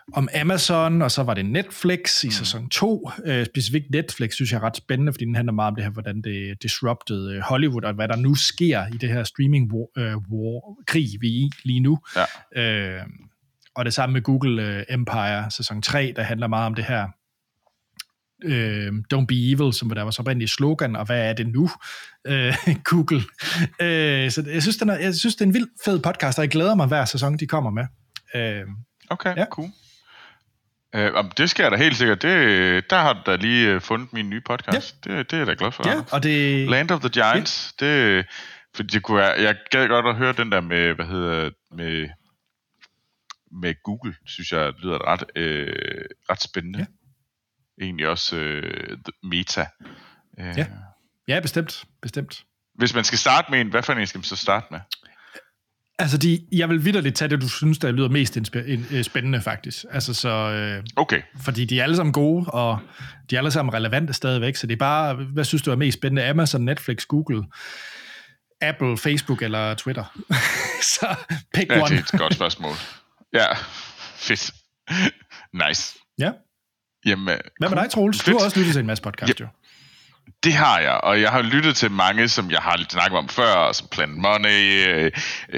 A: om Amazon, og så var det Netflix i sæson 2. Specifikt Netflix synes jeg er ret spændende, fordi den handler meget om det her, hvordan det disrupted Hollywood, og hvad der nu sker i det her streaming-krig, vi er i lige nu. Ja. Og det samme med Google Empire, sæson 3, der handler meget om det her Don't be evil, som der var så oprindeligt slogan, og hvad er det nu? Google. Så jeg synes, det er en vild fed podcast, og jeg glæder mig hver sæson, de kommer med.
B: Okay, ja. Cool. Det skal jeg da helt sikkert. Der har du da lige fundet min nye podcast. Ja. Det er jeg da glad for.
A: Ja, og det...
B: Land of the Giants. Ja. Fordi det kunne være... Jeg gad godt at høre den der med... med Google, synes jeg lyder ret spændende. Ja. Egentlig også Meta.
A: Ja, bestemt.
B: Hvis man skal starte med en, hvad for en skal man så starte med?
A: Altså, jeg vil vitterligt tage det, du synes, der lyder mest spændende, faktisk. Altså, så...
B: Okay.
A: Fordi de er alle sammen gode, og de er alle sammen relevante stadigvæk, så det er bare, hvad synes du er mest spændende? Amazon, Netflix, Google, Apple, Facebook eller Twitter? Så pick one.
B: Det er et godt spørgsmål. Ja, fedt. Nice.
A: Ja.
B: Jamen,
A: hvad med dig, Troels? Du har også lyttet til en masse podcast, jo.
B: Det har jeg, og jeg har lyttet til mange, som jeg har snakket om før, som Planet Money,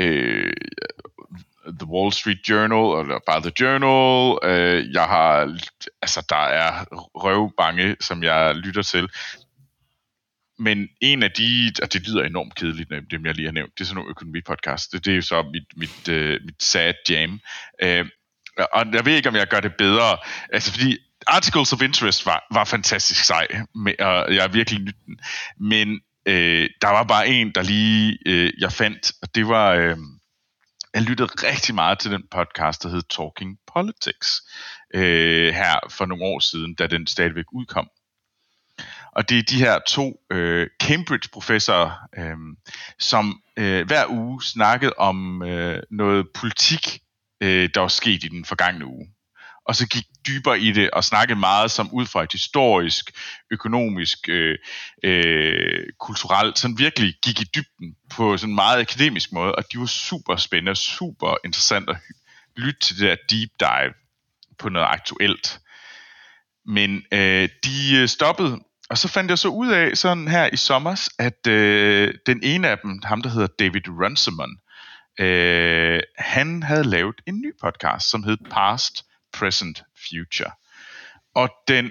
B: The Wall Street Journal, eller bare The Journal. Jeg har, altså der er røvbange, som jeg lytter til. Men en af de, og det lyder enormt kedeligt, dem jeg lige har nævnt, det er sådan nogle økonomipodcast. Det er jo så mit sad jam. Og jeg ved ikke, om jeg gør det bedre. Altså fordi Articles of Interest var fantastisk sej, og jeg har virkelig nydt den. Men der var bare en, der lige jeg fandt, og det var... jeg lyttede rigtig meget til den podcast, der hed Talking Politics, her for nogle år siden, da den stadigvæk udkom. Og det er de her 2 Cambridge-professorer, som hver uge snakkede om noget politik, der var sket i den forgangne uge. Og så gik dybere i det og snakkede meget som ud fra et historisk, økonomisk, kulturelt, sådan virkelig gik i dybden på sådan en meget akademisk måde, og de var super spændende, super interessant at lytte til det der deep dive på noget aktuelt. Men de stoppede, og så fandt jeg så ud af sådan her i sommers, at den ene af dem, ham der hedder David Runciman, han havde lavet en ny podcast, som hed Past, Present, Future. Og det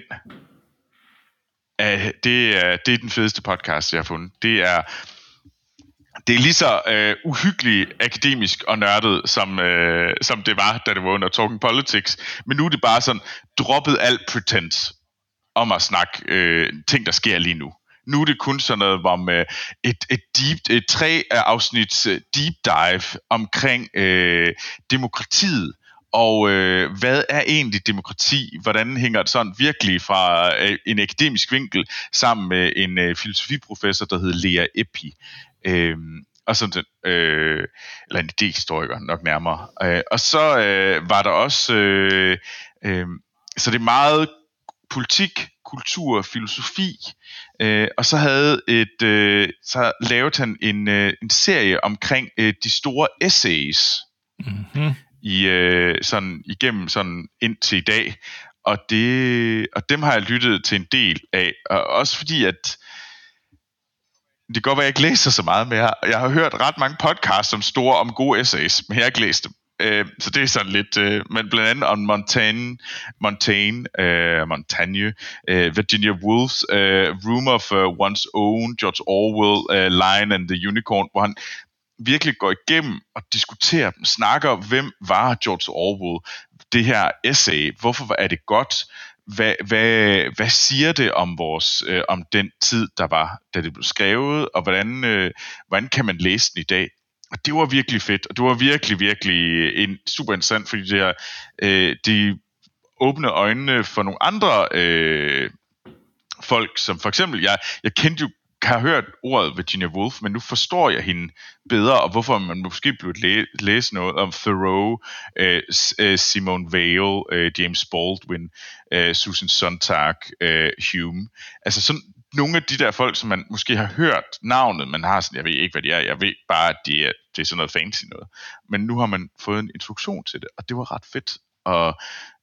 B: er den fedeste podcast, jeg har fundet. Det er lige så uhyggeligt akademisk og nørdet, som det var, da det var under Talking Politics. Men nu er det bare sådan, droppet alt pretense om at snakke ting, der sker lige nu. Nu er det kun sådan noget om et 3 afsnits deep dive omkring demokratiet. Og hvad er egentlig demokrati? Hvordan hænger det sådan virkelig fra en akademisk vinkel sammen med en filosofiprofessor, der hedder Lea Epi? Og sådan, eller en idehistoriker nok nærmere. Og så var der også, så det er meget politik, kultur, filosofi, og så så lavede han en serie omkring de store essays. Mm-hmm. Sådan igennem sådan indtil i dag, og dem har jeg lyttet til en del af, og også fordi at det kan godt være, at jeg ikke læser så meget, men jeg har hørt ret mange podcasts om gode essays, men jeg har ikke læst dem. Så det er sådan lidt, men blandt andet om Montaigne, Virginia Woolf's Room of One's Own, George Orwell, Lion and the Unicorn, hvor han virkelig går igennem og diskuterer dem, snakker om, hvem var George Orwell, det her essay, hvorfor er det godt, hvad siger det om om den tid, der var, da det blev skrevet, og hvordan kan man læse den i dag? Og det var virkelig fedt, og det var virkelig, virkelig super interessant, fordi de åbnede øjnene for nogle andre folk, som for eksempel, jeg kendte jo, har hørt ordet Virginia Woolf, men nu forstår jeg hende bedre, og hvorfor man måske burde læse noget om Thoreau, Simone Weil, James Baldwin, Susan Sontag, Hume. Altså sådan nogle af de der folk, som man måske har hørt navnet, man har sådan, jeg ved ikke, hvad de er, jeg ved bare, at det er sådan noget fancy noget. Men nu har man fået en introduktion til det, og det var ret fedt. Og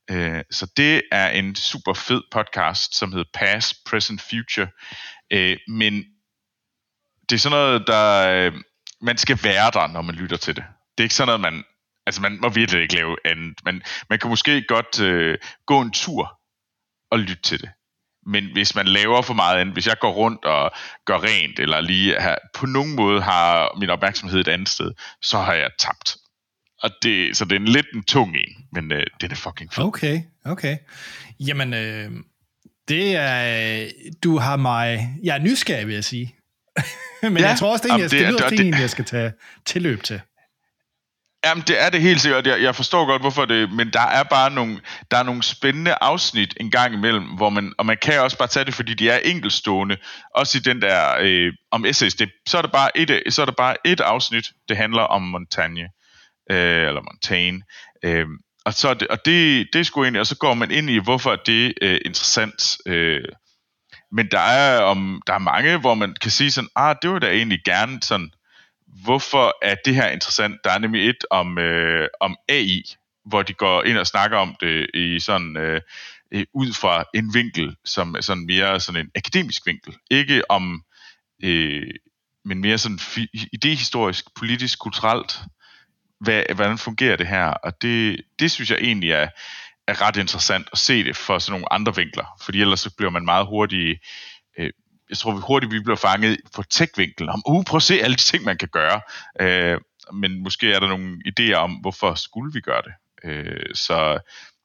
B: Så det er en super fed podcast, som hedder Past, Present, Future. Men det er sådan noget, der man skal være der, når man lytter til det. Det er ikke sådan noget, man må virkelig ikke lave andet. Man kan måske godt gå en tur og lytte til det. Men hvis man laver for meget andet, hvis jeg går rundt og gør rent, eller lige på nogen måde har min opmærksomhed et andet sted, så har jeg tabt. Så det er lidt en tung en, men det er fucking fedt.
A: Okay. Jamen, det er... Du har mig... Jeg er nysgerrig, vil jeg sige. Men jeg tror også, det jeg skal tage tilløb til.
B: Jamen, det er det helt sikkert. Jeg forstår godt, hvorfor det... Men der er bare nogle spændende afsnit en gang imellem, hvor man kan også bare tage det, fordi de er enkeltstående. Også i den der... om essays. Så er der bare et afsnit, det handler om Montaigne. Eller Montaigne. Og det er sgu egentlig... Og så går man ind i, hvorfor det er interessant... Men der er mange, hvor man kan sige sådan, det var da egentlig gerne sådan, hvorfor er det her interessant? Der er nemlig et om AI, hvor de går ind og snakker om det i sådan, ud fra en vinkel, som er sådan mere sådan en akademisk vinkel. Ikke om, men mere sådan idehistorisk, politisk, kulturelt. Hvordan fungerer det her? Og det synes jeg egentlig er ret interessant at se det fra sådan nogle andre vinkler, fordi ellers så bliver man meget hurtigt, jeg tror vi bliver fanget på tech-vinklen, om prøv at se alle de ting, man kan gøre, men måske er der nogle idéer om, hvorfor skulle vi gøre det, så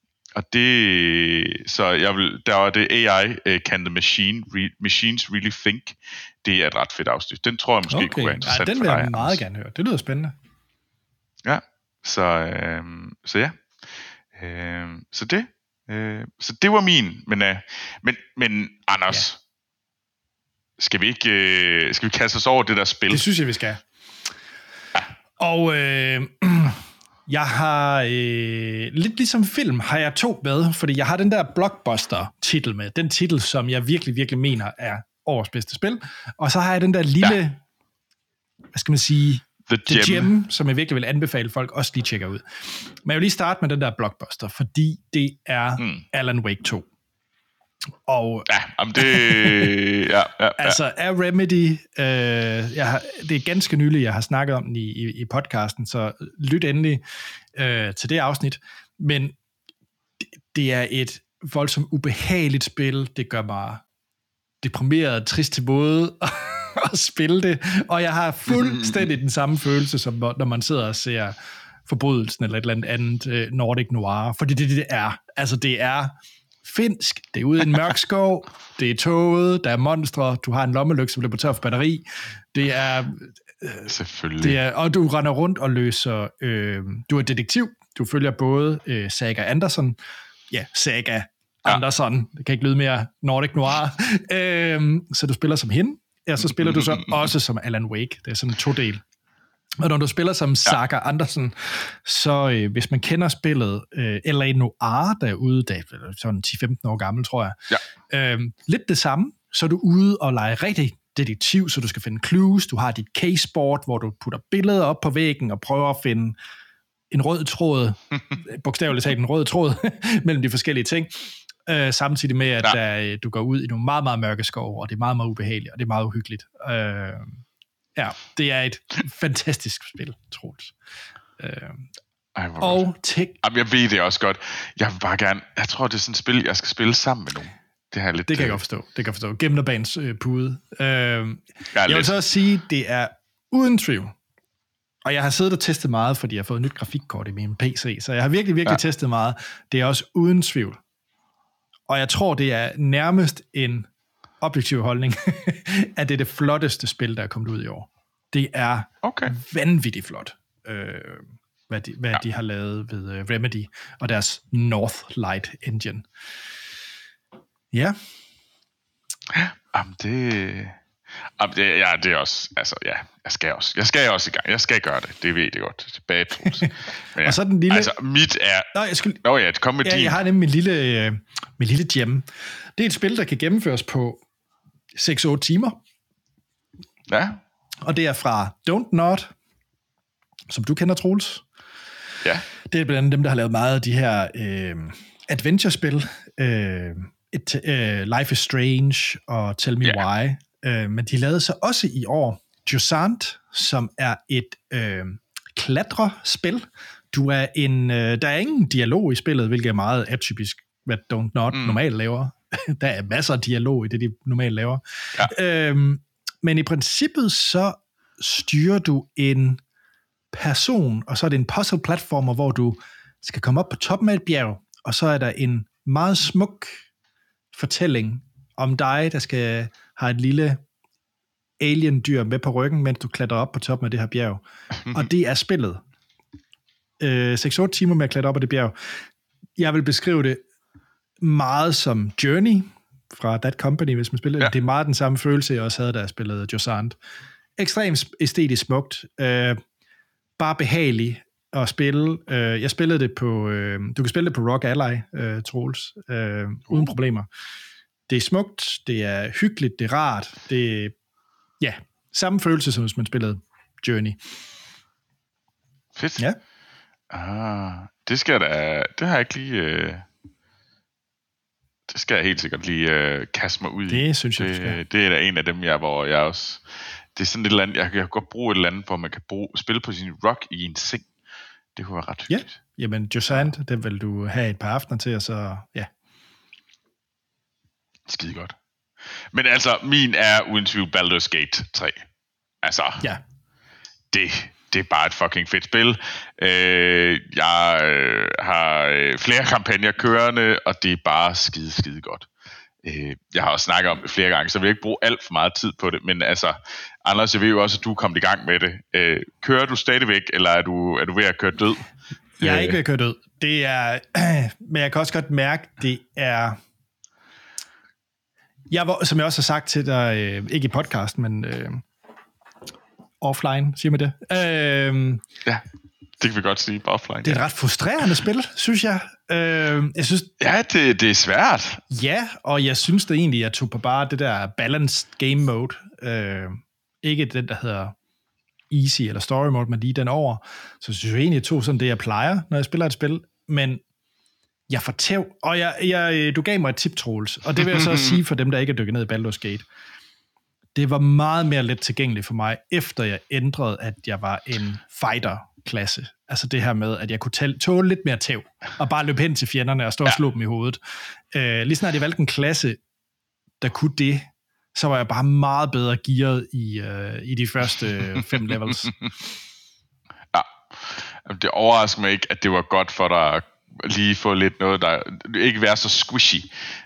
B: der var det AI, Can the Machines Really Think? Det er et ret fedt afsnit. Den tror jeg måske kunne være interessant for dig.
A: Den vil jeg meget gerne høre. Det lyder spændende.
B: Ja, så ja. Så det var min, men Anders, skal vi kaste os over det der spil?
A: Det synes jeg, vi skal. Ja. Og jeg har, lidt ligesom film, har jeg 2 med, fordi jeg har den der blockbuster-titel med, den titel, som jeg virkelig, virkelig mener er årets bedste spil, og så har jeg den der lille, hvad skal man sige, The Gem, som jeg virkelig vil anbefale folk også lige tjekker ud. Men jeg vil lige starte med den der blockbuster, fordi det er Alan Wake 2. Og altså er Remedy, det er ganske nyligt, jeg har snakket om den i podcasten, så lyt endelig til det afsnit. Men det er et voldsomt ubehageligt spil. Det gør mig deprimeret, trist til både at spille det, og jeg har fuldstændig den samme følelse, som når man sidder og ser Forbrydelsen eller et eller andet Nordic Noir, fordi det er. Altså det er finsk, det er ude i en mørk skov, det er toget, der er monstre, du har en lommelygte, som bliver på tør for batteri, det er...
B: Selvfølgelig.
A: Og du render rundt og løser... du er detektiv, du følger både Saga Anderson, Saga Anderson, det kan ikke lyde mere Nordic Noir, så du spiller som hende, så spiller du så også som Alan Wake, det er sådan en 2-del. Og når du spiller som Saga Anderson, så hvis man kender spillet L.A. Noire derude, der er sådan 10-15 år gammel, tror jeg, lidt det samme, så er du ude og lege rigtig detektiv, så du skal finde clues, du har dit caseboard, hvor du putter billeder op på væggen og prøver at finde en rød tråd, bogstaveligt talt en rød tråd, mellem de forskellige ting, samtidig med, at du går ud i nogle meget, meget mørke skove, og det er meget, meget ubehageligt, og det er meget uhyggeligt. Det er et fantastisk spil, Troels.
B: Jamen, jeg ved det også godt. Jeg vil bare gerne... Jeg tror, det er sådan et spil, jeg skal spille sammen med nogen. Det kan jeg godt forstå. Gennemderbanens pude. Jeg
A: vil så også sige, det er uden tvivl. Og jeg har siddet og testet meget, fordi jeg har fået et nyt grafikkort i min PC, så jeg har virkelig, virkelig testet meget. Det er også uden tvivl. Og jeg tror, det er nærmest en objektiv holdning, at det er det flotteste spil, der er kommet ud i år. Det er vanvittigt flot, hvad de har lavet ved Remedy og deres Northlight Engine. Ja.
B: Jamen, det er også, altså jeg skal også i gang. Jeg skal gøre det. Det ved jeg godt. Tilbage på.
A: Og så den lille...
B: Altså, mit er... kom med din.
A: Jeg har nemlig min lille gem. Det er et spil, der kan gennemføres på 6-8 timer.
B: Ja.
A: Og det er fra Don't Nod, som du kender, Troels.
B: Ja.
A: Det er blandt andet dem, der har lavet meget af de her adventure-spil. Life is Strange og Tell Me Why. Men de lavede så også i år Jusant, som er et klatrespil. Der er ingen dialog i spillet, hvilket er meget atypisk, hvad Don't Not normalt laver. Der er masser af dialog i det, de normalt laver. Ja. Men i princippet så styrer du en person, og så er det en puzzle-platformer, hvor du skal komme op på toppen af et bjerg, og så er der en meget smuk fortælling om dig, der skal have et lille alien-dyr med på ryggen, mens du klatrer op på toppen af det her bjerg. Og det er spillet. 6-8 timer med at klatre op ad det bjerg. Jeg vil beskrive det meget som Journey fra That Company, hvis man spiller. Ja. Det er meget den samme følelse, jeg også havde, da jeg spillede Jusant. Ekstremt æstetisk smukt. Bare behagelig at spille. Jeg spillede det på... du kan spille det på Rock Ally, Troels, uden problemer. Det er smukt, det er hyggeligt, det er rart. Det er, samme følelse, som hvis man spillede Journey.
B: Fedt. Ja. Det skal da... Det har jeg ikke lige... Det skal jeg helt sikkert lige kaste mig ud i.
A: Det synes jeg,
B: det er da en af dem, hvor jeg også... Det er sådan et eller andet... Jeg kan godt bruge et eller andet, hvor man kan spille på sin rock i en seng. Det kunne være ret hyggeligt.
A: Ja, jamen Jusant, det vil du have et par aftener til, og så... Ja.
B: Skide godt. Men altså, min er uden tvivl Baldur's Gate 3. Altså... Ja. Det er bare et fucking fedt spil. Jeg har flere kampagner kørende, og det er bare skide godt. Jeg har også snakket om det flere gange, så jeg vil ikke bruge alt for meget tid på det. Men altså, Anders, jeg ved jo også, at du er kommet i gang med det. Kører du stadigvæk, eller er du ved at køre død?
A: Jeg er ikke ved at køre død. Det er, men jeg kan også godt mærke, det er... som jeg også har sagt til dig, ikke i podcasten, men... offline, siger man det?
B: Ja, det kan vi godt sige, på offline.
A: Det er et ret frustrerende spil, synes jeg. Jeg synes,
B: ja, det er svært.
A: Ja, og jeg synes det egentlig, jeg tog på bare det der balanced game mode. Ikke den, der hedder easy eller story mode, men lige den over. Så synes jeg egentlig, jeg tog sådan det, jeg plejer, når jeg spiller et spil. Men jeg får tæv, og du gav mig et tip, Troels, og det vil jeg så også sige for dem, der ikke er dykket ned i Baldur's Gate. Det var meget mere let tilgængeligt for mig, efter jeg ændrede, at jeg var en fighter-klasse. Altså det her med, at jeg kunne tåle lidt mere tæv, og bare løbe hen til fjenderne og stå og slå dem i hovedet. Lige snart jeg valgte en klasse, der kunne det, så var jeg bare meget bedre gearet i de første 5 levels.
B: Ja, det overrasker mig ikke, at det var godt for dig at lige få lidt noget, der ikke være så squishy.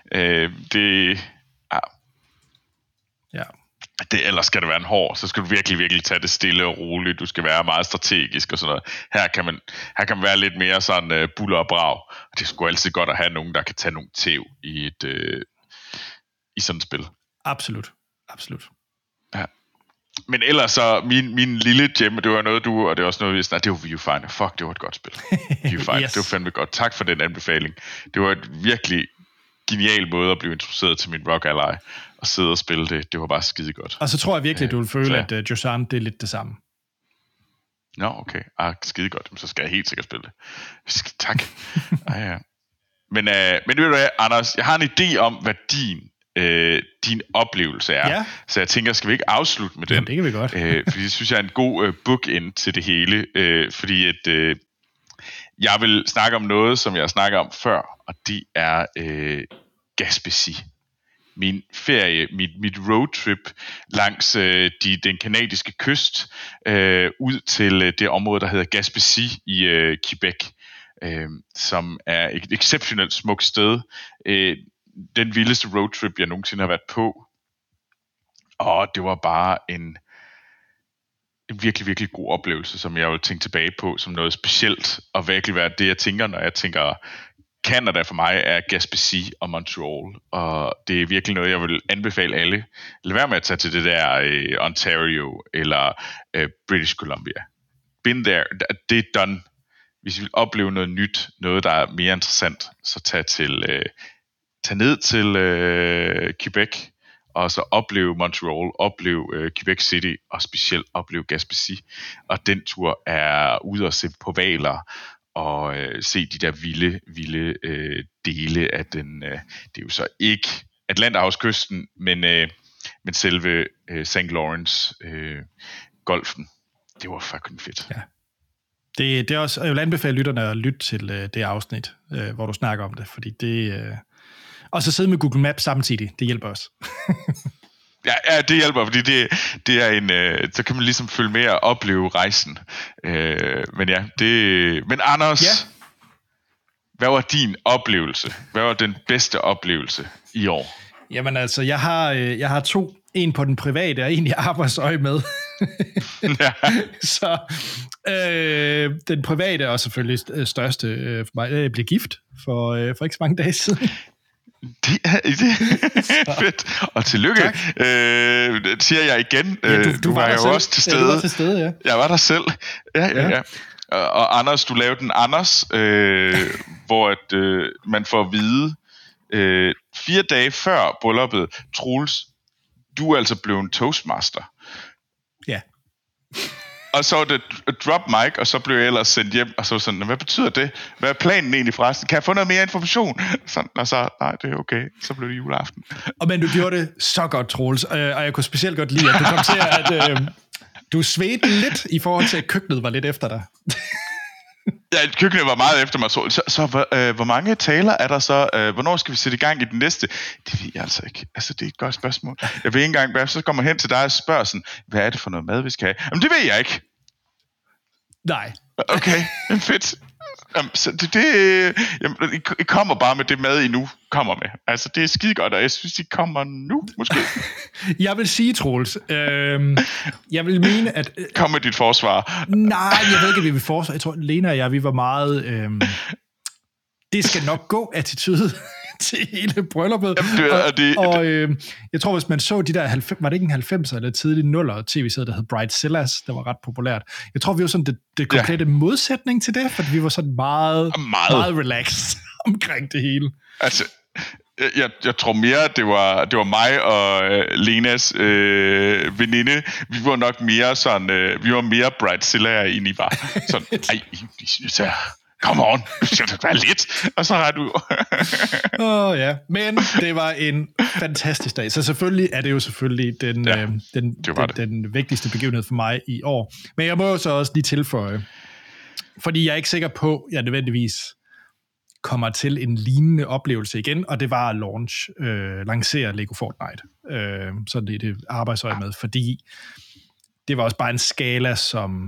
B: Ellers skal det være en hård, så skal du virkelig tage det stille og roligt. Du skal være meget strategisk og sådan noget. Her kan man være lidt mere sådan buller og brag. Og det er sgu altid godt at have nogen, der kan tage nogle tæv i sådan et spil.
A: Absolut.
B: Ja. Men ellers så, min lille gem, det var noget du, og det er også noget, det var Viewfinder. Fuck, det var et godt spil. Viewfinder, yes. Det var fandme godt. Tak for den anbefaling. Det var et virkelig genial måde at blive introduceret til min Rock Ally og sidde og spille det. Det var bare skide godt.
A: Og så tror jeg virkelig, du vil føle, at Jusant, det er lidt det samme.
B: Nå, okay. Skide godt. Så skal jeg helt sikkert spille det. Tak. Ja. Men ved du hvad, Anders, jeg har en idé om, hvad din oplevelse er. Ja. Så jeg tænker, skal vi ikke afslutte med den?
A: Ja, det kan vi godt.
B: Fordi det synes jeg er en god book-ind til det hele. Fordi at jeg vil snakke om noget, som jeg snakker om før, og det er Gaspésie. Min ferie, mit roadtrip langs den kanadiske kyst, ud til det område, der hedder Gaspésie i Quebec, som er et exceptionelt smukt sted. Den vildeste roadtrip, jeg nogensinde har været på. Og det var bare en virkelig, virkelig god oplevelse, som jeg vil tænke tilbage på som noget specielt, og virkelig være det, jeg tænker, når jeg tænker Canada for mig er Gaspésie og Montreal, og det er virkelig noget, jeg vil anbefale alle. Lad være med at tage til det der Ontario eller British Columbia. Been there, det er done. Hvis I vil opleve noget nyt, noget der er mere interessant, så tag ned til Quebec, og så opleve Montreal, opleve Quebec City, og specielt opleve Gaspésie. Og den tur er ude at se på hvaler, og se de der vilde dele af den. Det er jo så ikke Atlanterhavskysten, men selve St. Lawrence golfen. Det var fucking fedt.
A: Ja. Det er også, jeg vil anbefale lytterne at lytte til det afsnit, hvor du snakker om det, fordi det... Og så sidde med Google Maps samtidig, det hjælper også.
B: Ja, det hjælper, fordi det er en... så kan man ligesom følge med og opleve rejsen. Men ja, det... Men Anders, ja. Hvad var din oplevelse? Hvad var den bedste oplevelse i år?
A: Jamen altså, jeg har 2. En på den private og en i arbejdsøje med. Ja. Så den private og selvfølgelig største for mig, blev gift for ikke så mange dage siden.
B: Det er fedt. Og tillykke. Det siger jeg igen. Ja, du var jo selv. Også til stede. Ja, du var til stede, ja. Jeg var der selv. Ja. Og Anders, du lavede den Anders, hvor at, man får at vide 4 dage før brylluppet, Troels, du er altså blevet en toastmaster.
A: Ja.
B: Og så var det drop mic, og så blev jeg ellers sendt hjem, og så sådan, hvad betyder det? Hvad er planen egentlig forresten? Kan jeg få noget mere information? Sådan, og så, nej, det er okay. Så blev det juleaften.
A: Men du gjorde det så godt, Troels, og jeg kunne specielt godt lide, at du kom til at du svedte lidt i forhold til, at køkkenet var lidt efter dig.
B: Ja, køkkenet var meget efter mig. Så hvor mange taler er der så? Hvornår skal vi sætte i gang i den næste? Det ved jeg altså ikke. Altså, det er et godt spørgsmål. Jeg ved ikke engang, hvad så kommer hen til dig og spørger sådan, hvad er det for noget mad, vi skal have? Jamen, det ved jeg ikke.
A: Nej.
B: Okay, fedt. Så I kommer bare med det mad, I nu kommer med. Altså, det er skide godt, og jeg synes, I kommer nu, måske.
A: Jeg vil sige, Troels, jeg vil mene, at...
B: Kom med dit forsvar.
A: Nej, jeg ved ikke, at vi vil forsvare. Jeg tror, Lena og jeg, vi var meget... det skal nok gå attitude til hele brylluppet. Jeg tror, hvis man så de der 90, var det ikke en 90'er eller tidlig 0'er tv-serier, der hed Bridezillas, der var ret populært. Jeg tror, vi var sådan det komplette modsætning til det, for vi var sådan meget relaxed omkring det hele.
B: Altså, jeg tror mere, at det var mig og Lenas veninde. Vi var nok mere sådan, vi var mere Bridezilla, end I var. Sådan, ej, de synes jeg... Come on, du skal da være lidt, og så har du...
A: ja, men det var en fantastisk dag. Så selvfølgelig er det jo selvfølgelig den vigtigste begivenhed for mig i år. Men jeg må jo så også lige tilføje, fordi jeg er ikke sikker på, at jeg nødvendigvis kommer til en lignende oplevelse igen, og det var at lancere Lego Fortnite. Så det er det arbejdsøje med, fordi det var også bare en skala, som...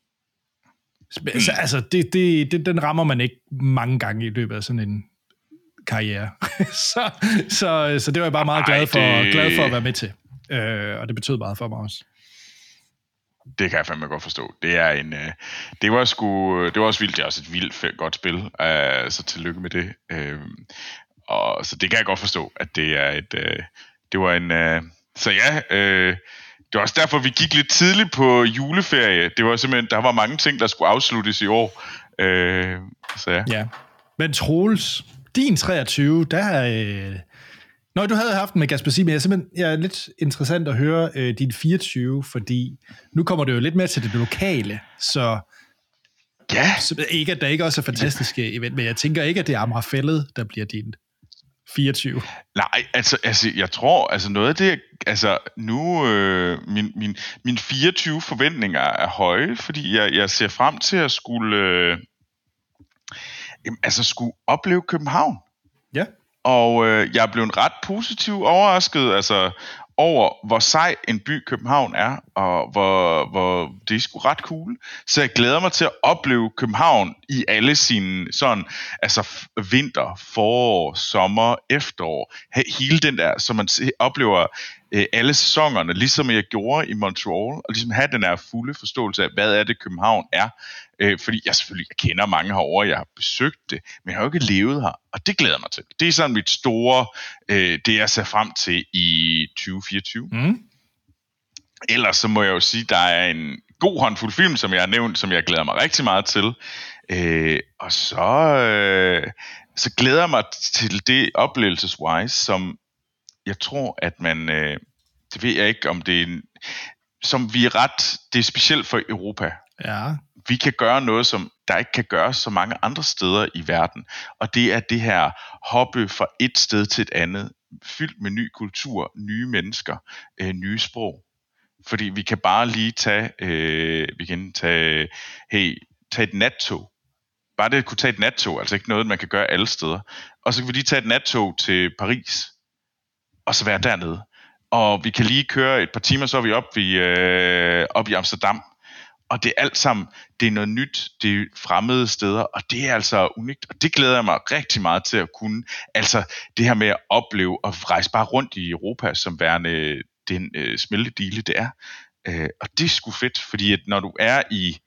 A: Altså, den rammer man ikke mange gange i løbet af sådan en karriere. så det var jeg bare meget glad for at være med til. Og det betød meget for mig også.
B: Det kan jeg fandme godt forstå. Det var også vildt. Det er også et vildt godt spil. Så tillykke med det. Og så det kan jeg godt forstå, at det er det var en... Så ja... Det var også derfor, vi gik lidt tidligt på juleferie. Det var simpelthen, der var mange ting, der skulle afsluttes i år. Så ja.
A: Ja. Men Troels, din 23, Når du havde haft den med Gasper Sig, men jeg er lidt interessant at høre din 24, fordi nu kommer det jo lidt mere til det lokale, så...
B: Ja.
A: Så ikke, at der ikke også er fantastiske event, men jeg tænker ikke, at det er Amagerfællet, der bliver din 24.
B: Nej, altså jeg tror, noget af det, nu, min 24 forventninger er høje, fordi jeg ser frem til at skulle opleve København.
A: Ja.
B: Og jeg er blevet ret positivt overrasket, over hvor sej en by København er, og hvor det er sgu ret cool. Så jeg glæder mig til at opleve København i alle sine vinter, forår, sommer, efterår. Hele den der, så man oplever alle sæsonerne, ligesom jeg gjorde i Montreal, og ligesom have den der fulde forståelse af, hvad er det København er. Fordi jeg kender mange herovre, jeg har besøgt det, men jeg har jo ikke levet her, og det glæder mig til. Det er sådan mit store, det jeg ser frem til i 2024. Mm. Ellers så må jeg jo sige, der er en god håndfuld film, som jeg har nævnt, som jeg glæder mig rigtig meget til. Og så glæder jeg mig til det oplevelseswise, som jeg tror, at man, det ved jeg ikke, om det er som vi er ret, det er specielt for Europa.
A: Ja.
B: vi kan gøre noget, som der ikke kan gøres så mange andre steder i verden. Og det er det her hoppe fra et sted til et andet, fyldt med ny kultur, nye mennesker, nye sprog. Fordi vi kan bare lige tage et nattog. Bare det at kunne tage et nattog, altså ikke noget, man kan gøre alle steder. Og så kan vi lige tage et nattog til Paris, og så være dernede. Og vi kan lige køre et par timer, så er vi oppe i Amsterdam. Og det er alt sammen, det er noget nyt, det er fremmede steder, og det er altså unikt. Og det glæder jeg mig rigtig meget til at kunne. Altså det her med at opleve og rejse bare rundt i Europa, som værende den smeltedile, det er. Og det er sgu fedt, fordi at når du er i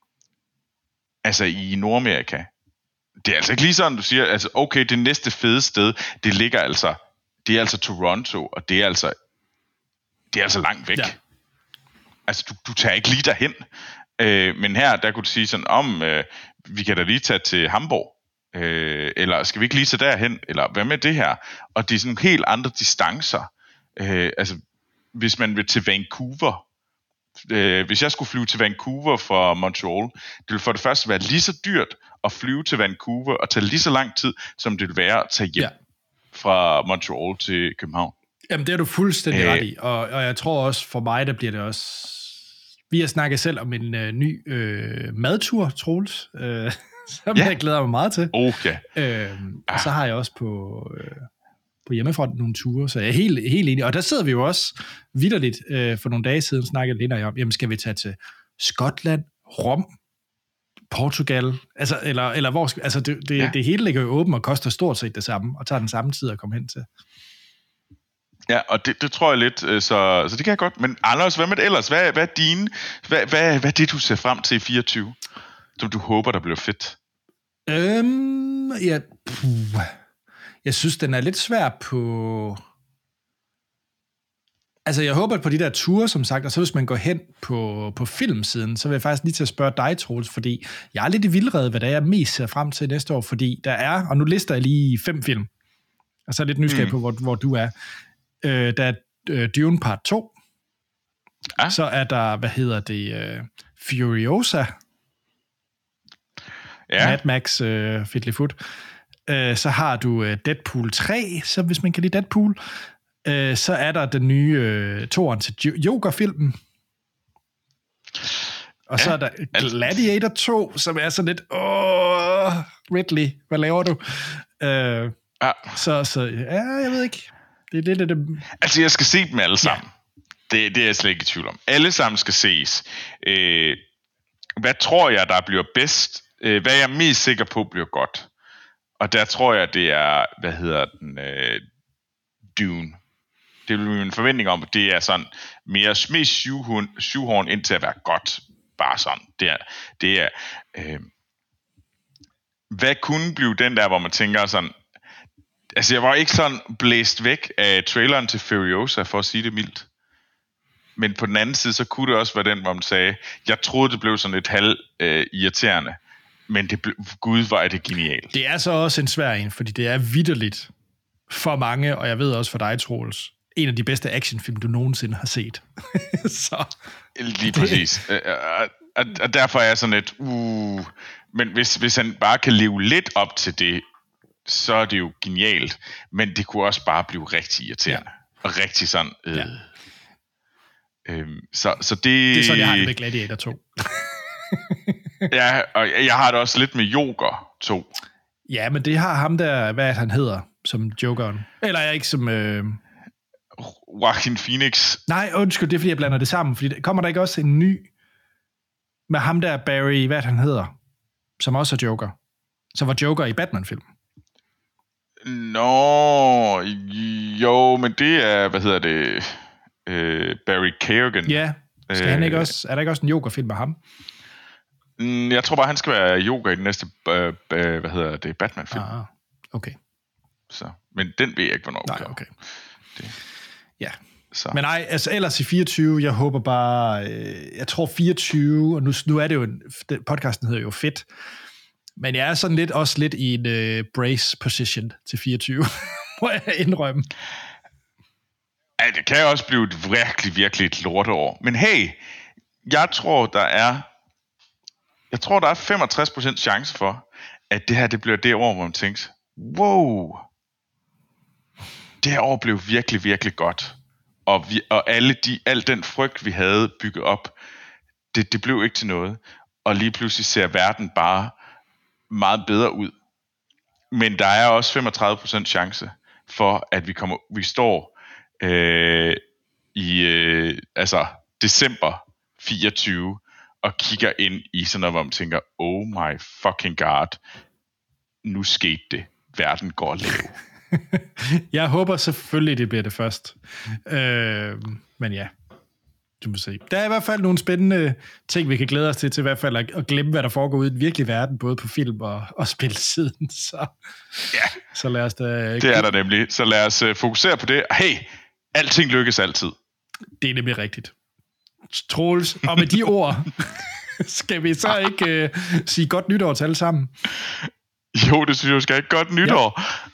B: Nordamerika, det er altså ikke lige sådan, du siger, altså okay, det næste fede sted, det er altså Toronto, og det er altså langt væk. Ja. Altså du tager ikke lige derhen. Men her, der kunne du sige sådan, vi kan da lige tage til Hamburg, eller skal vi ikke lige tage derhen, eller hvad med det her? Og det er sådan helt andre distancer. Altså, hvis man vil til Vancouver, hvis jeg skulle flyve til Vancouver fra Montreal, det ville for det første være lige så dyrt at flyve til Vancouver, og tage lige så lang tid, som det vil være at tage hjem fra Montreal til København.
A: Jamen, det er du fuldstændig ret i, og jeg tror også, for mig, der bliver det også... Vi har snakket selv om en ny madtur, Troels, som jeg glæder mig meget til.
B: Okay.
A: Og så har jeg også på hjemmefronten nogle ture, så jeg er helt enig. Og der sidder vi jo også vitterligt for nogle dage siden, snakkede Lena og jeg om, jamen skal vi tage til Skotland, Rom, Portugal, altså, eller hvor, altså det hele ligger jo åbent og koster stort set det samme, og tager den samme tid at komme hen til.
B: Ja, og det tror jeg lidt, så det kan jeg godt. Men Anders, hvad med det ellers? Hvad er dine, hvad er det, du ser frem til i 24, som du håber, der bliver fedt?
A: Jeg synes, den er lidt svær på... Altså, jeg håber på de der ture, som sagt, og så hvis man går hen på filmsiden, så vil jeg faktisk lige til at spørge dig, Troels, fordi jeg er lidt i vildrede, hvad der jeg mest ser frem til næste år, fordi der er, og nu lister jeg lige 5 film, og så er jeg lidt nysgerrig på, hvor du er. Der er Dune Part 2, så er der, Furiosa, Mad Max, Fiddlyfoot. Så har du Deadpool 3, så hvis man kan lide Deadpool. Så er der den nye toeren til Joker-filmen. Og så er der Gladiator 2, som er sådan lidt, Ridley, hvad laver du? Så jeg ved ikke. Det er lidt det.
B: Altså, jeg skal se dem alle sammen. Ja. Det er jeg slet ikke i tvivl om. Alle sammen skal ses. Hvad tror jeg, der bliver bedst? Hvad er jeg mest sikker på bliver godt? Og der tror jeg, det er, Dune. Det er min forventning om, at det er sådan mere syvhorn ind til at være godt. Bare sådan. Det er hvad kunne blive den der, hvor man tænker sådan, altså jeg var ikke sådan blæst væk af traileren til Furiosa, for at sige det mildt. Men på den anden side, så kunne det også være den, hvor man sagde, jeg troede, det blev sådan lidt irriterende. Men Gud, var det genialt.
A: Det er så også en svær en, fordi det er vitterligt for mange, og jeg ved også for dig, Troels, en af de bedste actionfilm, du nogensinde har set. Så.
B: Lige præcis. Og derfor er jeg sådan lidt, men hvis han bare kan leve lidt op til det, så er det jo genialt. Men det kunne også bare blive rigtig irriterende. Ja. Og rigtig sådan... Så det
A: er sådan, jeg har det med Gladiator 2.
B: Ja, og jeg har det også lidt med Joker 2.
A: Ja, men det har ham der, hvad han hedder, som Jokeren. Eller jeg ikke som...
B: Joaquin Phoenix.
A: Nej, undskyld, det er fordi, jeg blander det sammen. Fordi kommer der ikke også en ny med ham der, Barry, hvad han hedder, som også er Joker? Som var Joker i Batman-film.
B: Nå, jo, men det er, Barry Keoghan.
A: Ja, skal han ikke også, er der ikke også en Joker-film med ham?
B: Jeg tror bare, han skal være Joker i den næste, Batman-film.
A: Okay.
B: Så, men den ved jeg ikke, hvornår.
A: Nej, okay. Ja. Så. Men nej, altså ellers i 24, jeg håber bare, jeg tror 24, og nu er det jo, podcasten hedder jo Fedt, men jeg er sådan lidt i en brace position til 24, må jeg indrømme.
B: Ja, det kan også blive et virkelig, virkelig et lorteår. Men hey, jeg tror, der er Jeg tror, der er 65% chance for, at det her, det bliver det år, hvor man tænker, wow, det her år blev virkelig, virkelig godt. Og al den frygt, vi havde bygget op, det blev ikke til noget. Og lige pludselig ser verden bare meget bedre ud. Men der er også 35% chance for, at vi står i december 24 og kigger ind i sådan noget, hvor man tænker, oh my fucking god, nu skete det. Verden går lav.
A: Jeg håber selvfølgelig, det bliver det først. Men ja, du må se. Der er i hvert fald nogle spændende ting, vi kan glæde os til i hvert fald at glemme, hvad der foregår ude i den virkelige verden, både på film og spilsiden. Så lad os da...
B: Det er der nemlig. Så lad os fokusere på det. Hey, alting lykkes altid.
A: Det er nemlig rigtigt. Troels, og med de ord, skal vi så ikke sige godt nytår til alle sammen?
B: Jo, det synes jeg skal ikke. Godt nytår. Ja.